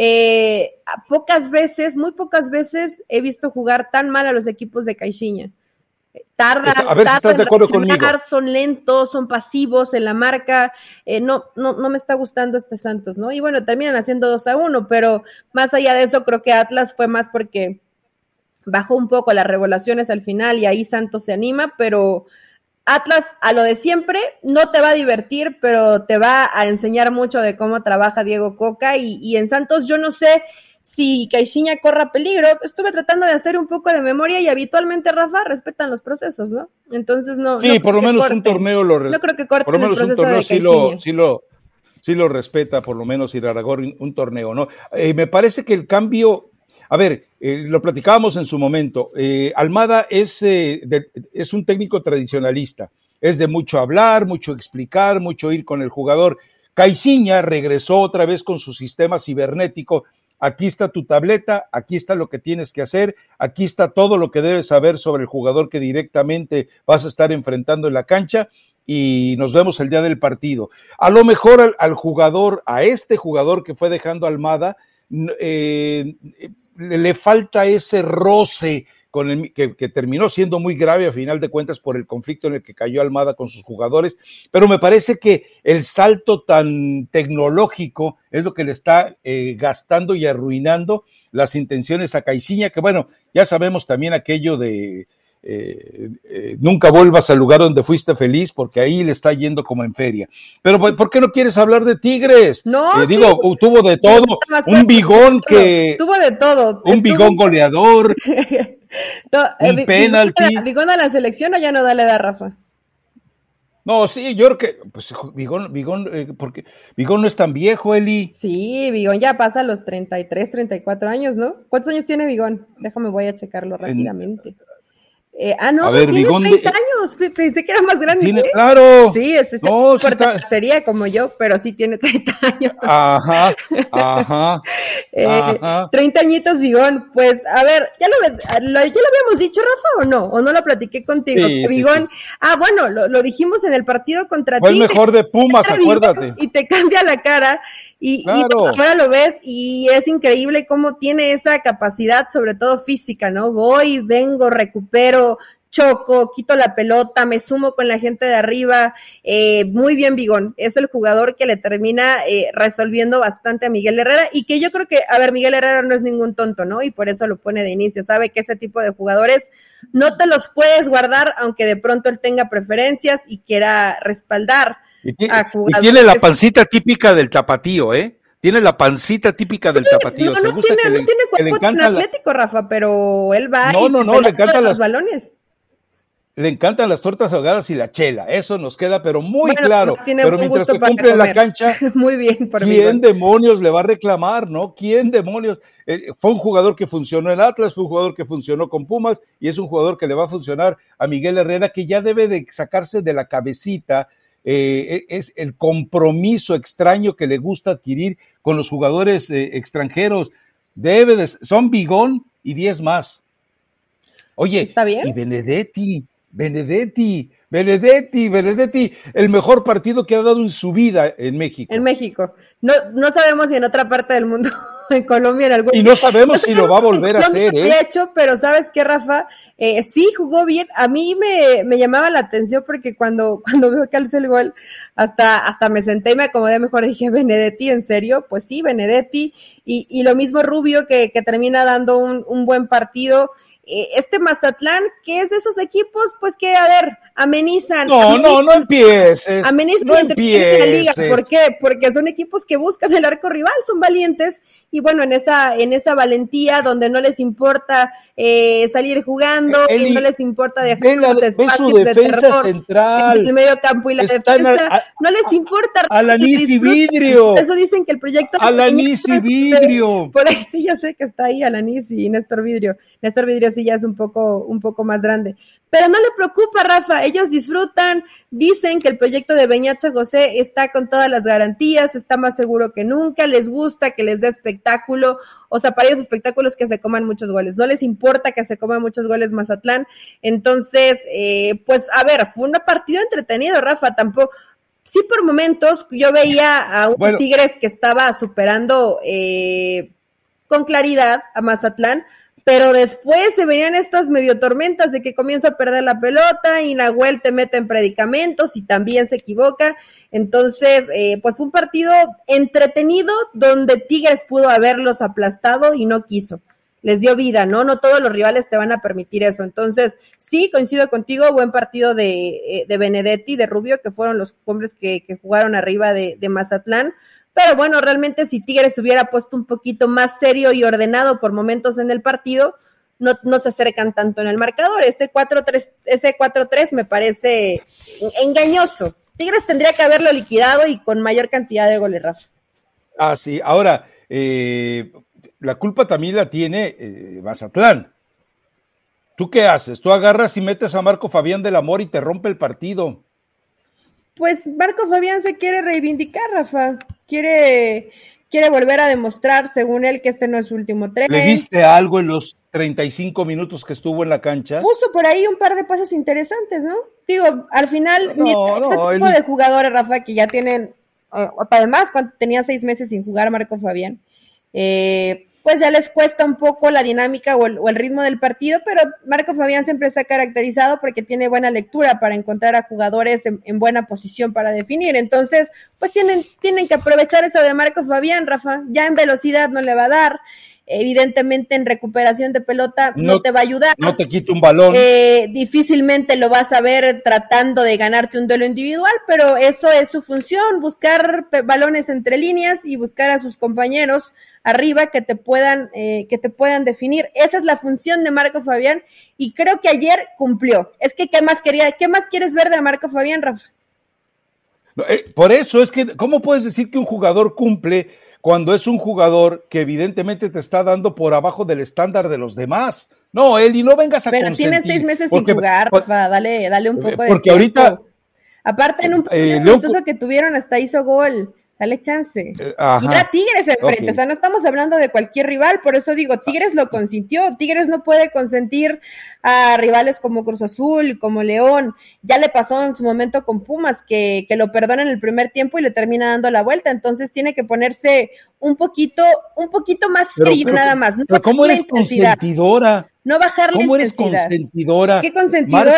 muy pocas veces he visto jugar tan mal a los equipos de Caixinha. Tardan si estás de acuerdo conmigo. Son lentos, son pasivos en la marca, no me está gustando este Santos, ¿no? Y bueno, terminan haciendo 2-1, pero más allá de eso, creo que Atlas fue más porque bajó un poco las revelaciones al final y ahí Santos se anima, pero Atlas, a lo de siempre, no te va a divertir, pero te va a enseñar mucho de cómo trabaja Diego Coca y en Santos yo no sé si Caixinha corra peligro. Estuve tratando de hacer un poco de memoria y habitualmente, Rafa, respetan los procesos, ¿no? Entonces no. Sí, no por lo menos corten. Un torneo lo No creo que corten por lo menos el proceso un torneo sí lo respeta, por lo menos Irarrágorri un torneo, ¿no? Me parece que el cambio. A ver, lo platicábamos en su momento. Almada es un técnico tradicionalista. Es de mucho hablar, mucho explicar, mucho ir con el jugador. Caixinha regresó otra vez con su sistema cibernético. Aquí está tu tableta, aquí está lo que tienes que hacer, aquí está todo lo que debes saber sobre el jugador que directamente vas a estar enfrentando en la cancha y nos vemos el día del partido. A lo mejor al jugador, a este jugador que fue dejando Almada, le falta ese roce que terminó siendo muy grave a final de cuentas por el conflicto en el que cayó Almada con sus jugadores, pero me parece que el salto tan tecnológico es lo que le está gastando y arruinando las intenciones a Caixinha, que bueno, ya sabemos también aquello de nunca vuelvas al lugar donde fuiste feliz, porque ahí le está yendo como en feria. Pero ¿por qué no quieres hablar de Tigres? No, digo, tuvo de todo, un bigón que... Tuvo de todo. Bigón goleador, un penalti. ¿Bigón a la selección o ya no dale da, Rafa? No, sí, yo creo que pues, Bigón, porque Bigón no es tan viejo, Eli. Sí, Bigón ya pasa los 33, 34 años, ¿no? ¿Cuántos años tiene Bigón? Déjame, voy a checarlo rápidamente. No, a ver, tiene Bigón 30 años, pensé que era más grande. Claro. Sí, sería como yo, pero sí tiene 30 años. Ajá. 30 añitos Bigón, pues, a ver, ¿ya lo habíamos dicho, Rafa, o no? ¿O no lo platiqué contigo? Sí, Bigón, sí. Bueno, lo dijimos en el partido contra Tigres. Fue el mejor de Pumas, acuérdate. Y te cambia la cara. Y ahora lo ves y es increíble cómo tiene esa capacidad, sobre todo física, ¿no? Voy, vengo, recupero, choco, quito la pelota, me sumo con la gente de arriba, muy bien Bigón, es el jugador que le termina resolviendo bastante a Miguel Herrera y que yo creo que, Miguel Herrera no es ningún tonto, ¿no? Y por eso lo pone de inicio, sabe que ese tipo de jugadores no te los puedes guardar, aunque de pronto él tenga preferencias y quiera respaldar. Y tiene la pancita típica del tapatío, ¿eh? Tiene la pancita típica del tapatío. No tiene cuerpo tan atlético, Rafa, pero él va le encantan los balones. Le encantan las tortas ahogadas y la chela, eso nos queda pero muy claro. Pero mientras que cumple en la cancha, muy bien, ¿quién demonios le va a reclamar, no? ¿Quién demonios? Fue un jugador que funcionó en Atlas, fue un jugador que funcionó con Pumas y es un jugador que le va a funcionar a Miguel Herrera, que ya debe de sacarse de la cabecita es el compromiso extraño que le gusta adquirir con los jugadores extranjeros. Son Bigón y 10 más. Oye, ¿está bien? Y Benedetti, el mejor partido que ha dado en su vida en México. En México. No sabemos si en otra parte del mundo, en Colombia, en algún... Y no sabemos si lo va a volver a hacer, ¿eh? De hecho, pero ¿sabes qué, Rafa? Sí jugó bien. A mí me llamaba la atención porque cuando veo que alzó el gol, hasta me senté y me acomodé mejor. Dije, ¿Benedetti, en serio? Pues sí, Benedetti. Y lo mismo Rubio, que termina dando un buen partido. Este Mazatlán, que es de esos equipos, pues que, amenizan. No empieces. Amenizan no empieces. La liga. empieces. ¿Por qué? Porque son equipos que buscan el arco rival, son valientes, y bueno, en esa valentía donde no les importa salir jugando, y no les importa dejar los espacios de terror central, entre el medio campo y la defensa, no les importa. Alanis y Vidrio. Eso dicen que el proyecto Alanis y Vidrio. Por ahí sí, yo sé que está ahí Alanis y Néstor Vidrio. Néstor Vidrio sí ya es un poco más grande. Pero no le preocupa, Rafa, ellos disfrutan, dicen que el proyecto de Beñat San José está con todas las garantías, está más seguro que nunca, les gusta que les dé espectáculo, o sea, para ellos espectáculos que se coman muchos goles, no les importa que se coman muchos goles Mazatlán. Entonces, pues a ver, fue un partido entretenido, Rafa, tampoco, sí por momentos yo veía a un Tigres que estaba superando con claridad a Mazatlán, pero después se venían estas medio tormentas de que comienza a perder la pelota y Nahuel te mete en predicamentos y también se equivoca. Entonces, pues fue un partido entretenido donde Tigres pudo haberlos aplastado y no quiso. Les dio vida, ¿no? No todos los rivales te van a permitir eso. Entonces, sí, coincido contigo, buen partido de Benedetti, de Rubio, que fueron los hombres que jugaron arriba de Mazatlán. Pero bueno, realmente si Tigres hubiera puesto un poquito más serio y ordenado por momentos en el partido, no se acercan tanto en el marcador. Ese 4-3 me parece engañoso. Tigres tendría que haberlo liquidado y con mayor cantidad de goles, Rafa. Ah, sí. Ahora, la culpa también la tiene Mazatlán. ¿Tú qué haces? Tú agarras y metes a Marco Fabián del Amor y te rompe el partido. Pues Marco Fabián se quiere reivindicar, Rafa. Quiere volver a demostrar, según él, que este no es su último tren. ¿Le viste algo en los 35 minutos que estuvo en la cancha? Puso por ahí un par de pases interesantes, ¿no? Digo, al final, este tipo de jugadores, Rafa, que ya tienen, además, cuando tenía 6 meses sin jugar Marco Fabián, pues ya les cuesta un poco la dinámica o el ritmo del partido, pero Marco Fabián siempre está caracterizado porque tiene buena lectura para encontrar a jugadores en buena posición para definir. Entonces, pues tienen que aprovechar eso de Marco Fabián, Rafa. Ya en velocidad no le va a dar. Evidentemente en recuperación de pelota no te va a ayudar. No te quita un balón. Difícilmente lo vas a ver tratando de ganarte un duelo individual, pero eso es su función, buscar balones entre líneas y buscar a sus compañeros arriba que te puedan definir. Esa es la función de Marco Fabián y creo que ayer cumplió. Es que ¿qué más quieres ver de Marco Fabián, Rafa? Por eso es que, ¿cómo puedes decir que un jugador cumple cuando es un jugador que evidentemente te está dando por abajo del estándar de los demás? No, Eli, no vengas a consentir. Pero tienes 6 meses sin jugar, Rafa, dale un poco de porque tiempo. Ahorita... Aparte, en un partido amistoso que tuvieron hasta hizo gol. Dale chance. Y era Tigres enfrente, o sea, no estamos hablando de cualquier rival, por eso digo, Tigres lo consintió, Tigres no puede consentir a rivales como Cruz Azul, como León, ya le pasó en su momento con Pumas, que lo perdona en el primer tiempo y le termina dando la vuelta, entonces tiene que ponerse un poquito más frío, nada más. No, pero ¿cómo eres consentidora? No bajar la intensidad. ¿Cómo eres consentidora? ¿Qué consentidora?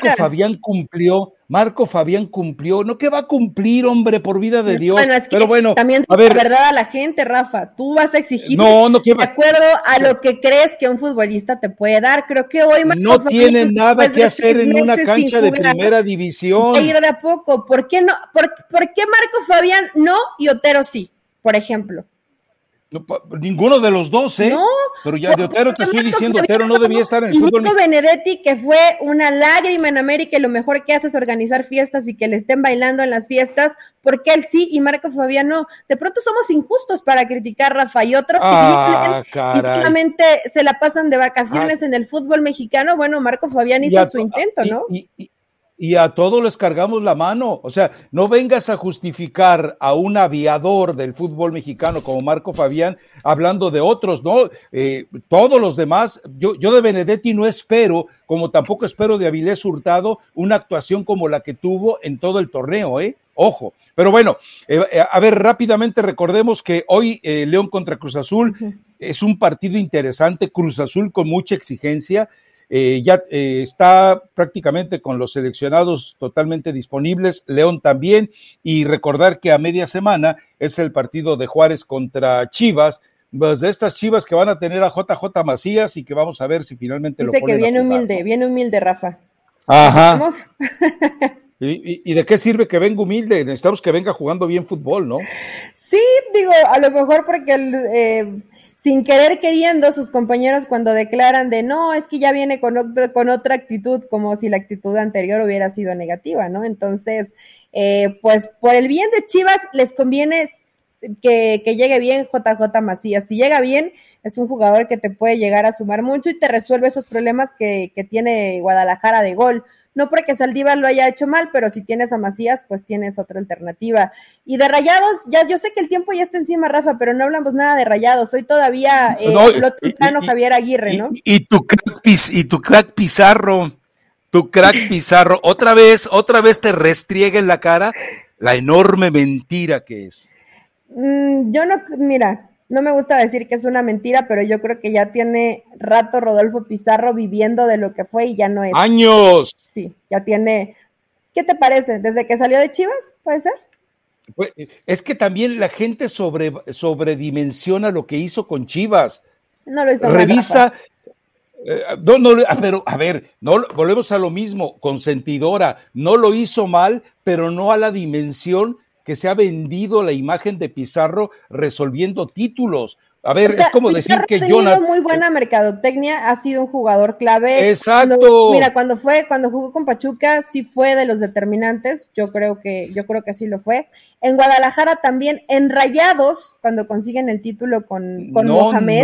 Marco Fabián cumplió, no que va a cumplir, hombre, por vida de Dios. Bueno, es que pero bueno, también a ver, la verdad a la gente, Rafa, tú vas a exigir de acuerdo a lo que crees que un futbolista te puede dar. Creo que hoy Marco no tiene nada que hacer en una cancha de primera división. Ir de a poco. ¿Por qué no? ¿Por qué Marco Fabián no y Otero sí, por ejemplo? No, ninguno de los dos, No, pero ya de Otero te estoy diciendo, Otero no debía estar en el fútbol. Y Nico Benedetti, que fue una lágrima en América y lo mejor que hace es organizar fiestas y que le estén bailando en las fiestas, porque él sí y Marco Fabián no. De pronto somos injustos para criticar, Rafa, y otros que y solamente se la pasan de vacaciones en el fútbol mexicano. Bueno, Marco Fabián hizo su intento, ¿no? Y a todos les cargamos la mano, o sea, no vengas a justificar a un aviador del fútbol mexicano como Marco Fabián hablando de otros, ¿no? Todos los demás, yo de Benedetti no espero, como tampoco espero de Avilés Hurtado, una actuación como la que tuvo en todo el torneo, ojo. Pero bueno, a ver, rápidamente recordemos que hoy León contra Cruz Azul es un partido interesante, Cruz Azul con mucha exigencia. Ya está prácticamente con los seleccionados totalmente disponibles, León también, y recordar que a media semana es el partido de Juárez contra Chivas, pues de estas Chivas que van a tener a JJ Macías y que vamos a ver si finalmente dice lo ponen que a jugar, ¿no? viene humilde, Rafa. Ajá. ¿Y de qué sirve que venga humilde? Necesitamos que venga jugando bien fútbol, ¿no? Sí, digo, a lo mejor porque sin querer queriendo sus compañeros cuando declaran de no, es que ya viene con otra actitud, como si la actitud anterior hubiera sido negativa, ¿no? Entonces, pues por el bien de Chivas les conviene que llegue bien JJ Macías. Si llega bien, es un jugador que te puede llegar a sumar mucho y te resuelve esos problemas que tiene Guadalajara de gol. No porque Saldívar lo haya hecho mal, pero si tienes a Macías, pues tienes otra alternativa. Y de Rayados, ya yo sé que el tiempo ya está encima, Rafa, pero no hablamos nada de Rayados. Hoy todavía habló temprano Javier Aguirre, ¿no? Y tu crack Pizarro, otra vez te restriega en la cara la enorme mentira que es. Yo no, mira, no me gusta decir que es una mentira, pero yo creo que ya tiene rato Rodolfo Pizarro viviendo de lo que fue y ya no es. ¡Años! Sí, ya tiene. ¿Qué te parece? ¿Desde que salió de Chivas? ¿Puede ser? Pues, es que también la gente sobredimensiona lo que hizo con Chivas. No lo hizo Revisa. Pero a ver, no volvemos a lo mismo, consentidora, no lo hizo mal, pero no a la dimensión que se ha vendido la imagen de Pizarro resolviendo títulos. A ver, es como Pizarro decir que Jonathan. Muy buena mercadotecnia, ha sido un jugador clave. Exacto. Cuando jugó con Pachuca, sí fue de los determinantes. Yo creo que sí lo fue. En Guadalajara también, en Rayados, cuando consiguen el título con Mohamed.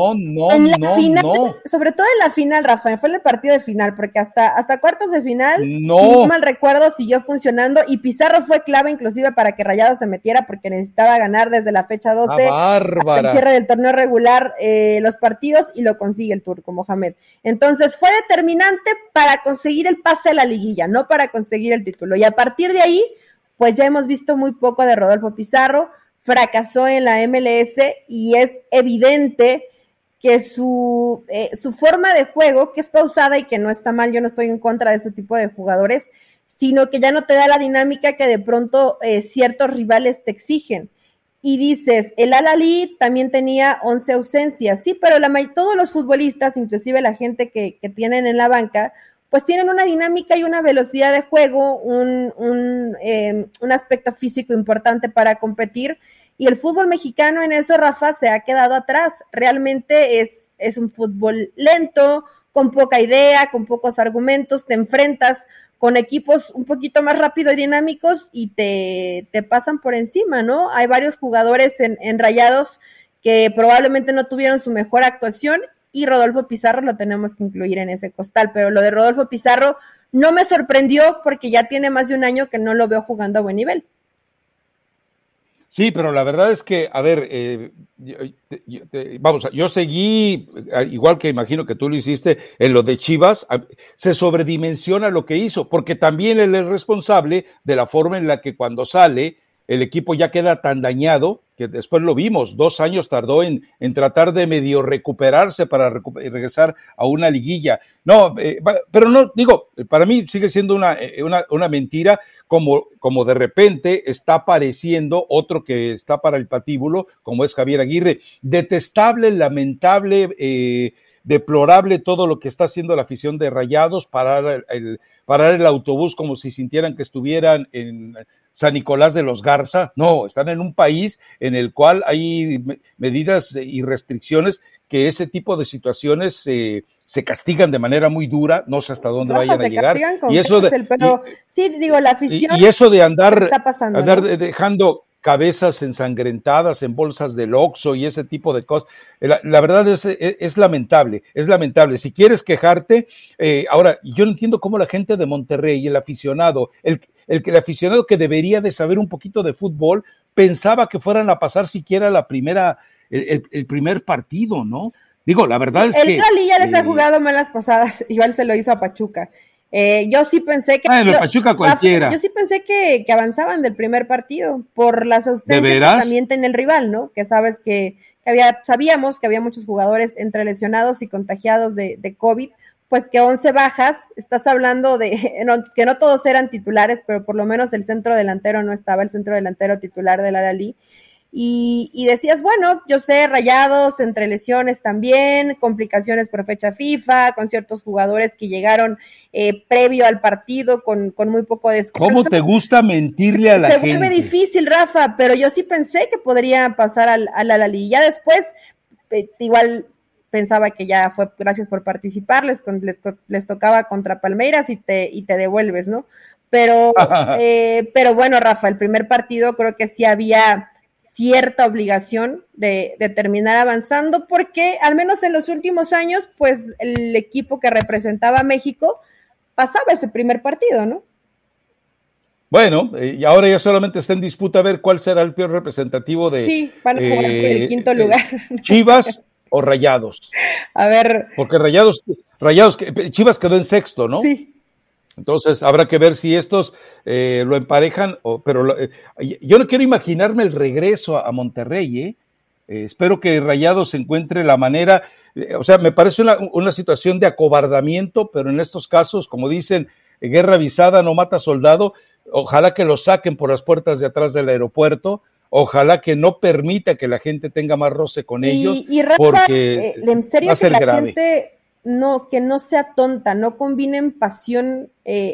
No. Sobre todo en la final, Rafael, fue en el partido de final, porque hasta cuartos de final, si no mal recuerdo, siguió funcionando y Pizarro fue clave inclusive para que Rayados se metiera porque necesitaba ganar desde la fecha 12 hasta el cierre del torneo regular los partidos y lo consigue el turco Mohamed. Entonces fue determinante para conseguir el pase a la liguilla, no para conseguir el título. Y a partir de ahí, pues ya hemos visto muy poco de Rodolfo Pizarro, fracasó en la MLS y es evidente que su forma de juego, que es pausada y que no está mal, yo no estoy en contra de este tipo de jugadores, sino que ya no te da la dinámica que de pronto ciertos rivales te exigen. Y dices, el Al-Ahly también tenía 11 ausencias, sí, pero todos los futbolistas, inclusive la gente que tienen en la banca, pues tienen una dinámica y una velocidad de juego, un aspecto físico importante para competir, y el fútbol mexicano en eso, Rafa, se ha quedado atrás. Realmente es un fútbol lento, con poca idea, con pocos argumentos, te enfrentas con equipos un poquito más rápido y dinámicos y te pasan por encima, ¿no? Hay varios jugadores en Rayados que probablemente no tuvieron su mejor actuación y Rodolfo Pizarro lo tenemos que incluir en ese costal, pero lo de Rodolfo Pizarro no me sorprendió porque ya tiene más de un año que no lo veo jugando a buen nivel. Sí, pero la verdad es que, a ver, yo seguí, igual que imagino que tú lo hiciste, en lo de Chivas, se sobredimensiona lo que hizo, porque también él es responsable de la forma en la que cuando sale, el equipo ya queda tan dañado, que después lo vimos, 2 años tardó en tratar de medio recuperarse para regresar a una liguilla. No, pero no, digo, para mí sigue siendo una mentira, como de repente está apareciendo otro que está para el patíbulo, como es Javier Aguirre. Detestable, lamentable, deplorable todo lo que está haciendo la afición de Rayados, parar el autobús como si sintieran que estuvieran en San Nicolás de los Garza. No, están en un país en el cual hay medidas y restricciones que ese tipo de situaciones se castigan de manera muy dura, no sé hasta dónde vayan a llegar. Y eso sí, digo, la afición y eso de andar dejando cabezas ensangrentadas en bolsas del Oxxo y ese tipo de cosas. La verdad es lamentable, es lamentable. Si quieres quejarte, ahora, yo no entiendo cómo la gente de Monterrey, el aficionado, el aficionado que debería de saber un poquito de fútbol, pensaba que fueran a pasar siquiera el primer partido, ¿no? Digo, la verdad es que... El Cali ya les ha jugado malas pasadas, igual se lo hizo a Pachuca. Yo sí pensé que... Pachuca cualquiera. Yo sí pensé que avanzaban del primer partido por las ausencias que también tiene el rival, ¿no? Que sabes que sabíamos que había muchos jugadores entre lesionados y contagiados de COVID, pues que 11 bajas, estás hablando de que no todos eran titulares, pero por lo menos el centro delantero no estaba, el centro delantero titular del Al-Ahly. y decías, bueno, yo sé, Rayados, entre lesiones también, complicaciones por fecha FIFA, con ciertos jugadores que llegaron previo al partido con muy poco descanso. ¿Cómo te gusta mentirle a la gente? Se vuelve difícil, Rafa, pero yo sí pensé que podría pasar al Al-Ahly. Ya después, igual pensaba que ya fue gracias por participar, les tocaba contra Palmeiras y te devuelves, ¿no? Pero bueno, Rafa, el primer partido creo que sí había cierta obligación de terminar avanzando, porque al menos en los últimos años, pues el equipo que representaba a México pasaba ese primer partido, ¿no? Bueno, y ahora ya solamente está en disputa a ver cuál será el peor representativo de... Sí, van a jugar por el quinto lugar. Chivas o Rayados. A ver. Porque Chivas quedó en sexto, ¿no? Sí. Entonces habrá que ver si estos lo emparejan, pero yo no quiero imaginarme el regreso a Monterrey, espero que Rayados encuentre la manera, o sea, me parece una situación de acobardamiento, pero en estos casos, como dicen, guerra avisada no mata soldado, ojalá que lo saquen por las puertas de atrás del aeropuerto, ojalá que no permita que la gente tenga más roce con ellos, y Rafa, porque en serio va a ser que la grave. Gente que no sea tonta, no combinen pasión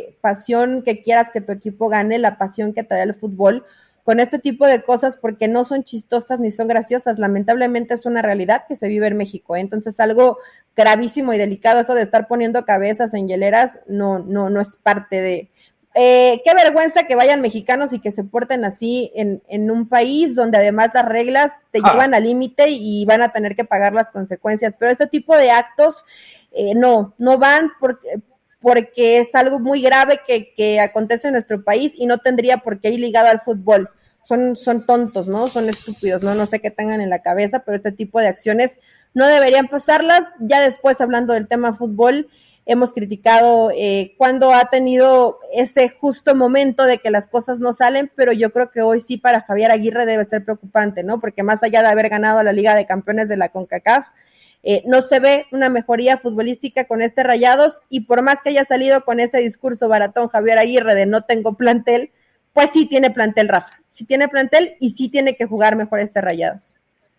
que quieras que tu equipo gane, la pasión que te da el fútbol, con este tipo de cosas, porque no son chistosas ni son graciosas, lamentablemente es una realidad que se vive en México, entonces algo gravísimo y delicado, eso de estar poniendo cabezas en hieleras, no es parte de... qué vergüenza que vayan mexicanos y que se porten así en un país donde además las reglas te llevan al límite y van a tener que pagar las consecuencias, pero este tipo de actos no van porque es algo muy grave que acontece en nuestro país y no tendría por qué ir ligado al fútbol. Son tontos, ¿no? Son estúpidos, ¿no? No sé qué tengan en la cabeza, pero este tipo de acciones no deberían pasarlas. Ya después, hablando del tema fútbol, hemos criticado cuando ha tenido ese justo momento de que las cosas no salen, pero yo creo que hoy sí para Javier Aguirre debe ser preocupante, ¿no? Porque más allá de haber ganado la Liga de Campeones de la CONCACAF, no se ve una mejoría futbolística con este Rayados, y por más que haya salido con ese discurso baratón Javier Aguirre de no tengo plantel, pues sí tiene plantel, Rafa, sí tiene plantel y sí tiene que jugar mejor este Rayados.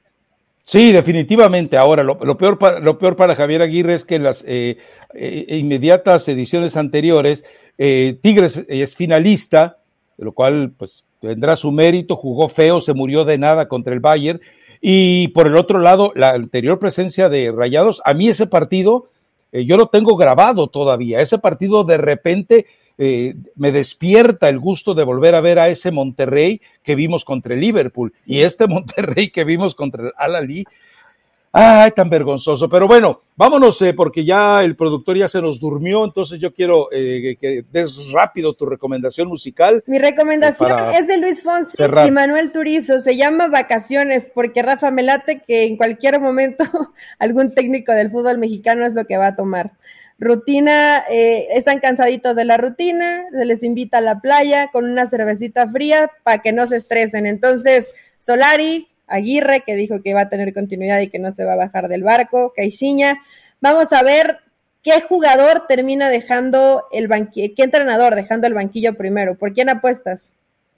Sí, definitivamente. Ahora, lo peor para Javier Aguirre es que en las inmediatas ediciones anteriores, Tigres es finalista, lo cual pues tendrá su mérito, jugó feo, se murió de nada contra el Bayern, y por el otro lado, la anterior presencia de Rayados, a mí ese partido, yo lo tengo grabado todavía, ese partido de repente me despierta el gusto de volver a ver a ese Monterrey que vimos contra el Liverpool, sí. Y este Monterrey que vimos contra el Al-Ahly, ¡ay, tan vergonzoso! Pero bueno, vámonos porque ya el productor ya se nos durmió, entonces yo quiero que des rápido tu recomendación musical. Mi recomendación es de Luis Fonsi y Manuel Turizo, se llama Vacaciones, porque Rafa, me late que en cualquier momento algún técnico del fútbol mexicano es lo que va a tomar. Rutina, están cansaditos de la rutina, se les invita a la playa con una cervecita fría para que no se estresen. Entonces, Solari, Aguirre, que dijo que va a tener continuidad y que no se va a bajar del barco, Caixinha, vamos a ver qué jugador termina dejando el banquillo, qué entrenador dejando el banquillo primero. ¿Por quién apuestas?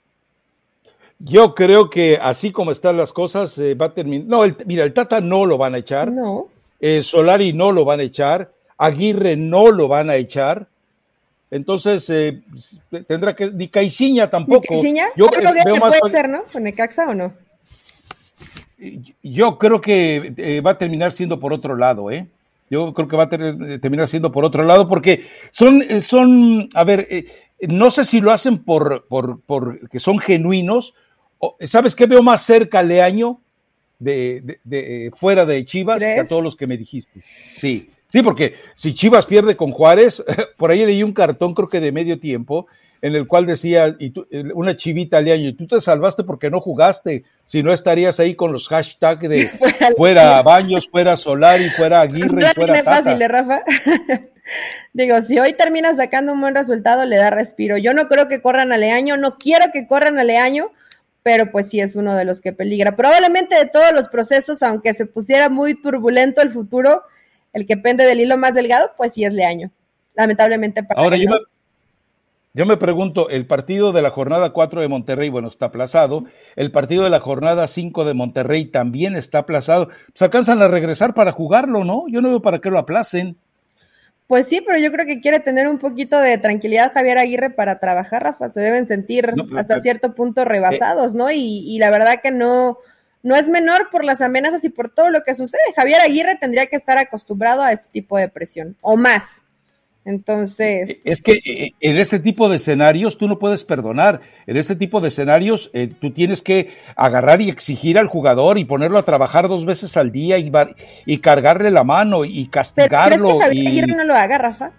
Yo creo que así como están las cosas, va a terminar. No, mira, el Tata no lo van a echar. No. Solari no lo van a echar. Aguirre no lo van a echar, entonces tendrá que, ni Caixinha tampoco. ¿Ni Caixinha? Yo veo más puede ser, ¿no? ¿Con Necaxa o no? Yo creo que va a terminar siendo por otro lado, Yo creo que va a terminar siendo por otro lado, porque son a ver, no sé si lo hacen por que son genuinos, ¿sabes qué? Veo más cerca a Leaño de fuera de Chivas, ¿crees? Que a todos los que me dijiste. Sí, porque si Chivas pierde con Juárez, por ahí leí un cartón, creo que de medio tiempo, en el cual decía, una chivita Leaño, y tú te salvaste porque no jugaste, si no estarías ahí con los hashtags de fuera Baños, fuera Solari, fuera Aguirre, y fuera Tata. Fácil, Rafa. Digo, si hoy termina sacando un buen resultado, le da respiro. Yo no creo que corran a Leaño, no quiero que corran a Leaño, pero pues sí es uno de los que peligra. Probablemente de todos los procesos, aunque se pusiera muy turbulento el futuro, el que pende del hilo más delgado, pues sí es Leaño, lamentablemente para ahora él, ¿no? Yo me pregunto, el partido de la jornada 4 de Monterrey, bueno, está aplazado, el partido de la jornada 5 de Monterrey también está aplazado, se alcanzan a regresar para jugarlo, ¿no? Yo no veo para qué lo aplacen. Pues sí, pero yo creo que quiere tener un poquito de tranquilidad Javier Aguirre para trabajar, Rafa, se deben sentir hasta cierto punto rebasados, ¿no? Y la verdad que no es menor por las amenazas y por todo lo que sucede. Javier Aguirre tendría que estar acostumbrado a este tipo de presión, o más. Entonces... Es que en este tipo de escenarios tú no puedes perdonar. En este tipo de escenarios tú tienes que agarrar y exigir al jugador y ponerlo a trabajar 2 veces al día y cargarle la mano y castigarlo. ¿Pero crees que Javier Aguirre no lo haga, Rafa?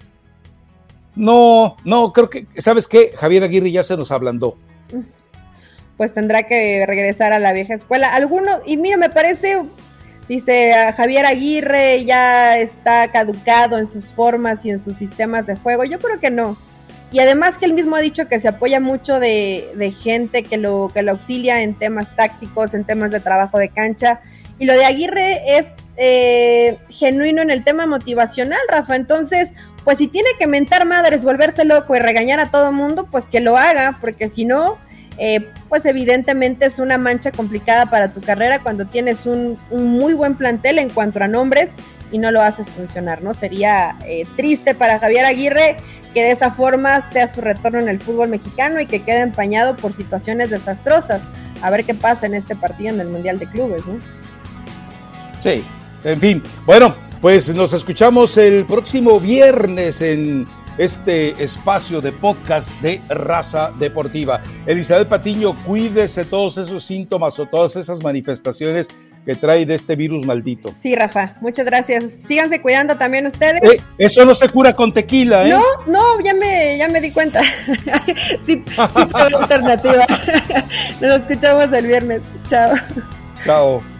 No, creo que, ¿sabes qué? Javier Aguirre ya se nos ablandó. Pues tendrá que regresar a la vieja escuela. Y mira, me parece... Dice, Javier Aguirre ya está caducado en sus formas y en sus sistemas de juego. Yo creo que no. Y además que él mismo ha dicho que se apoya mucho de gente que lo auxilia en temas tácticos, en temas de trabajo de cancha. Y lo de Aguirre es genuino en el tema motivacional, Rafa. Entonces, pues si tiene que mentar madres, volverse loco y regañar a todo mundo, pues que lo haga, porque si no... pues evidentemente es una mancha complicada para tu carrera cuando tienes un muy buen plantel en cuanto a nombres y no lo haces funcionar, ¿no? Sería triste para Javier Aguirre que de esa forma sea su retorno en el fútbol mexicano y que quede empañado por situaciones desastrosas. A ver qué pasa en este partido en el Mundial de Clubes, ¿no? Sí, en fin. Bueno, pues nos escuchamos el próximo viernes en este espacio de podcast de Raza Deportiva. Elizabeth Patiño, cuídese todos esos síntomas o todas esas manifestaciones que trae de este virus maldito. Sí, Rafa, muchas gracias. Síganse cuidando también ustedes. Eso no se cura con tequila, ¿eh? No, ya me di cuenta. sí fue alternativa. Nos escuchamos el viernes. Chao. Chao.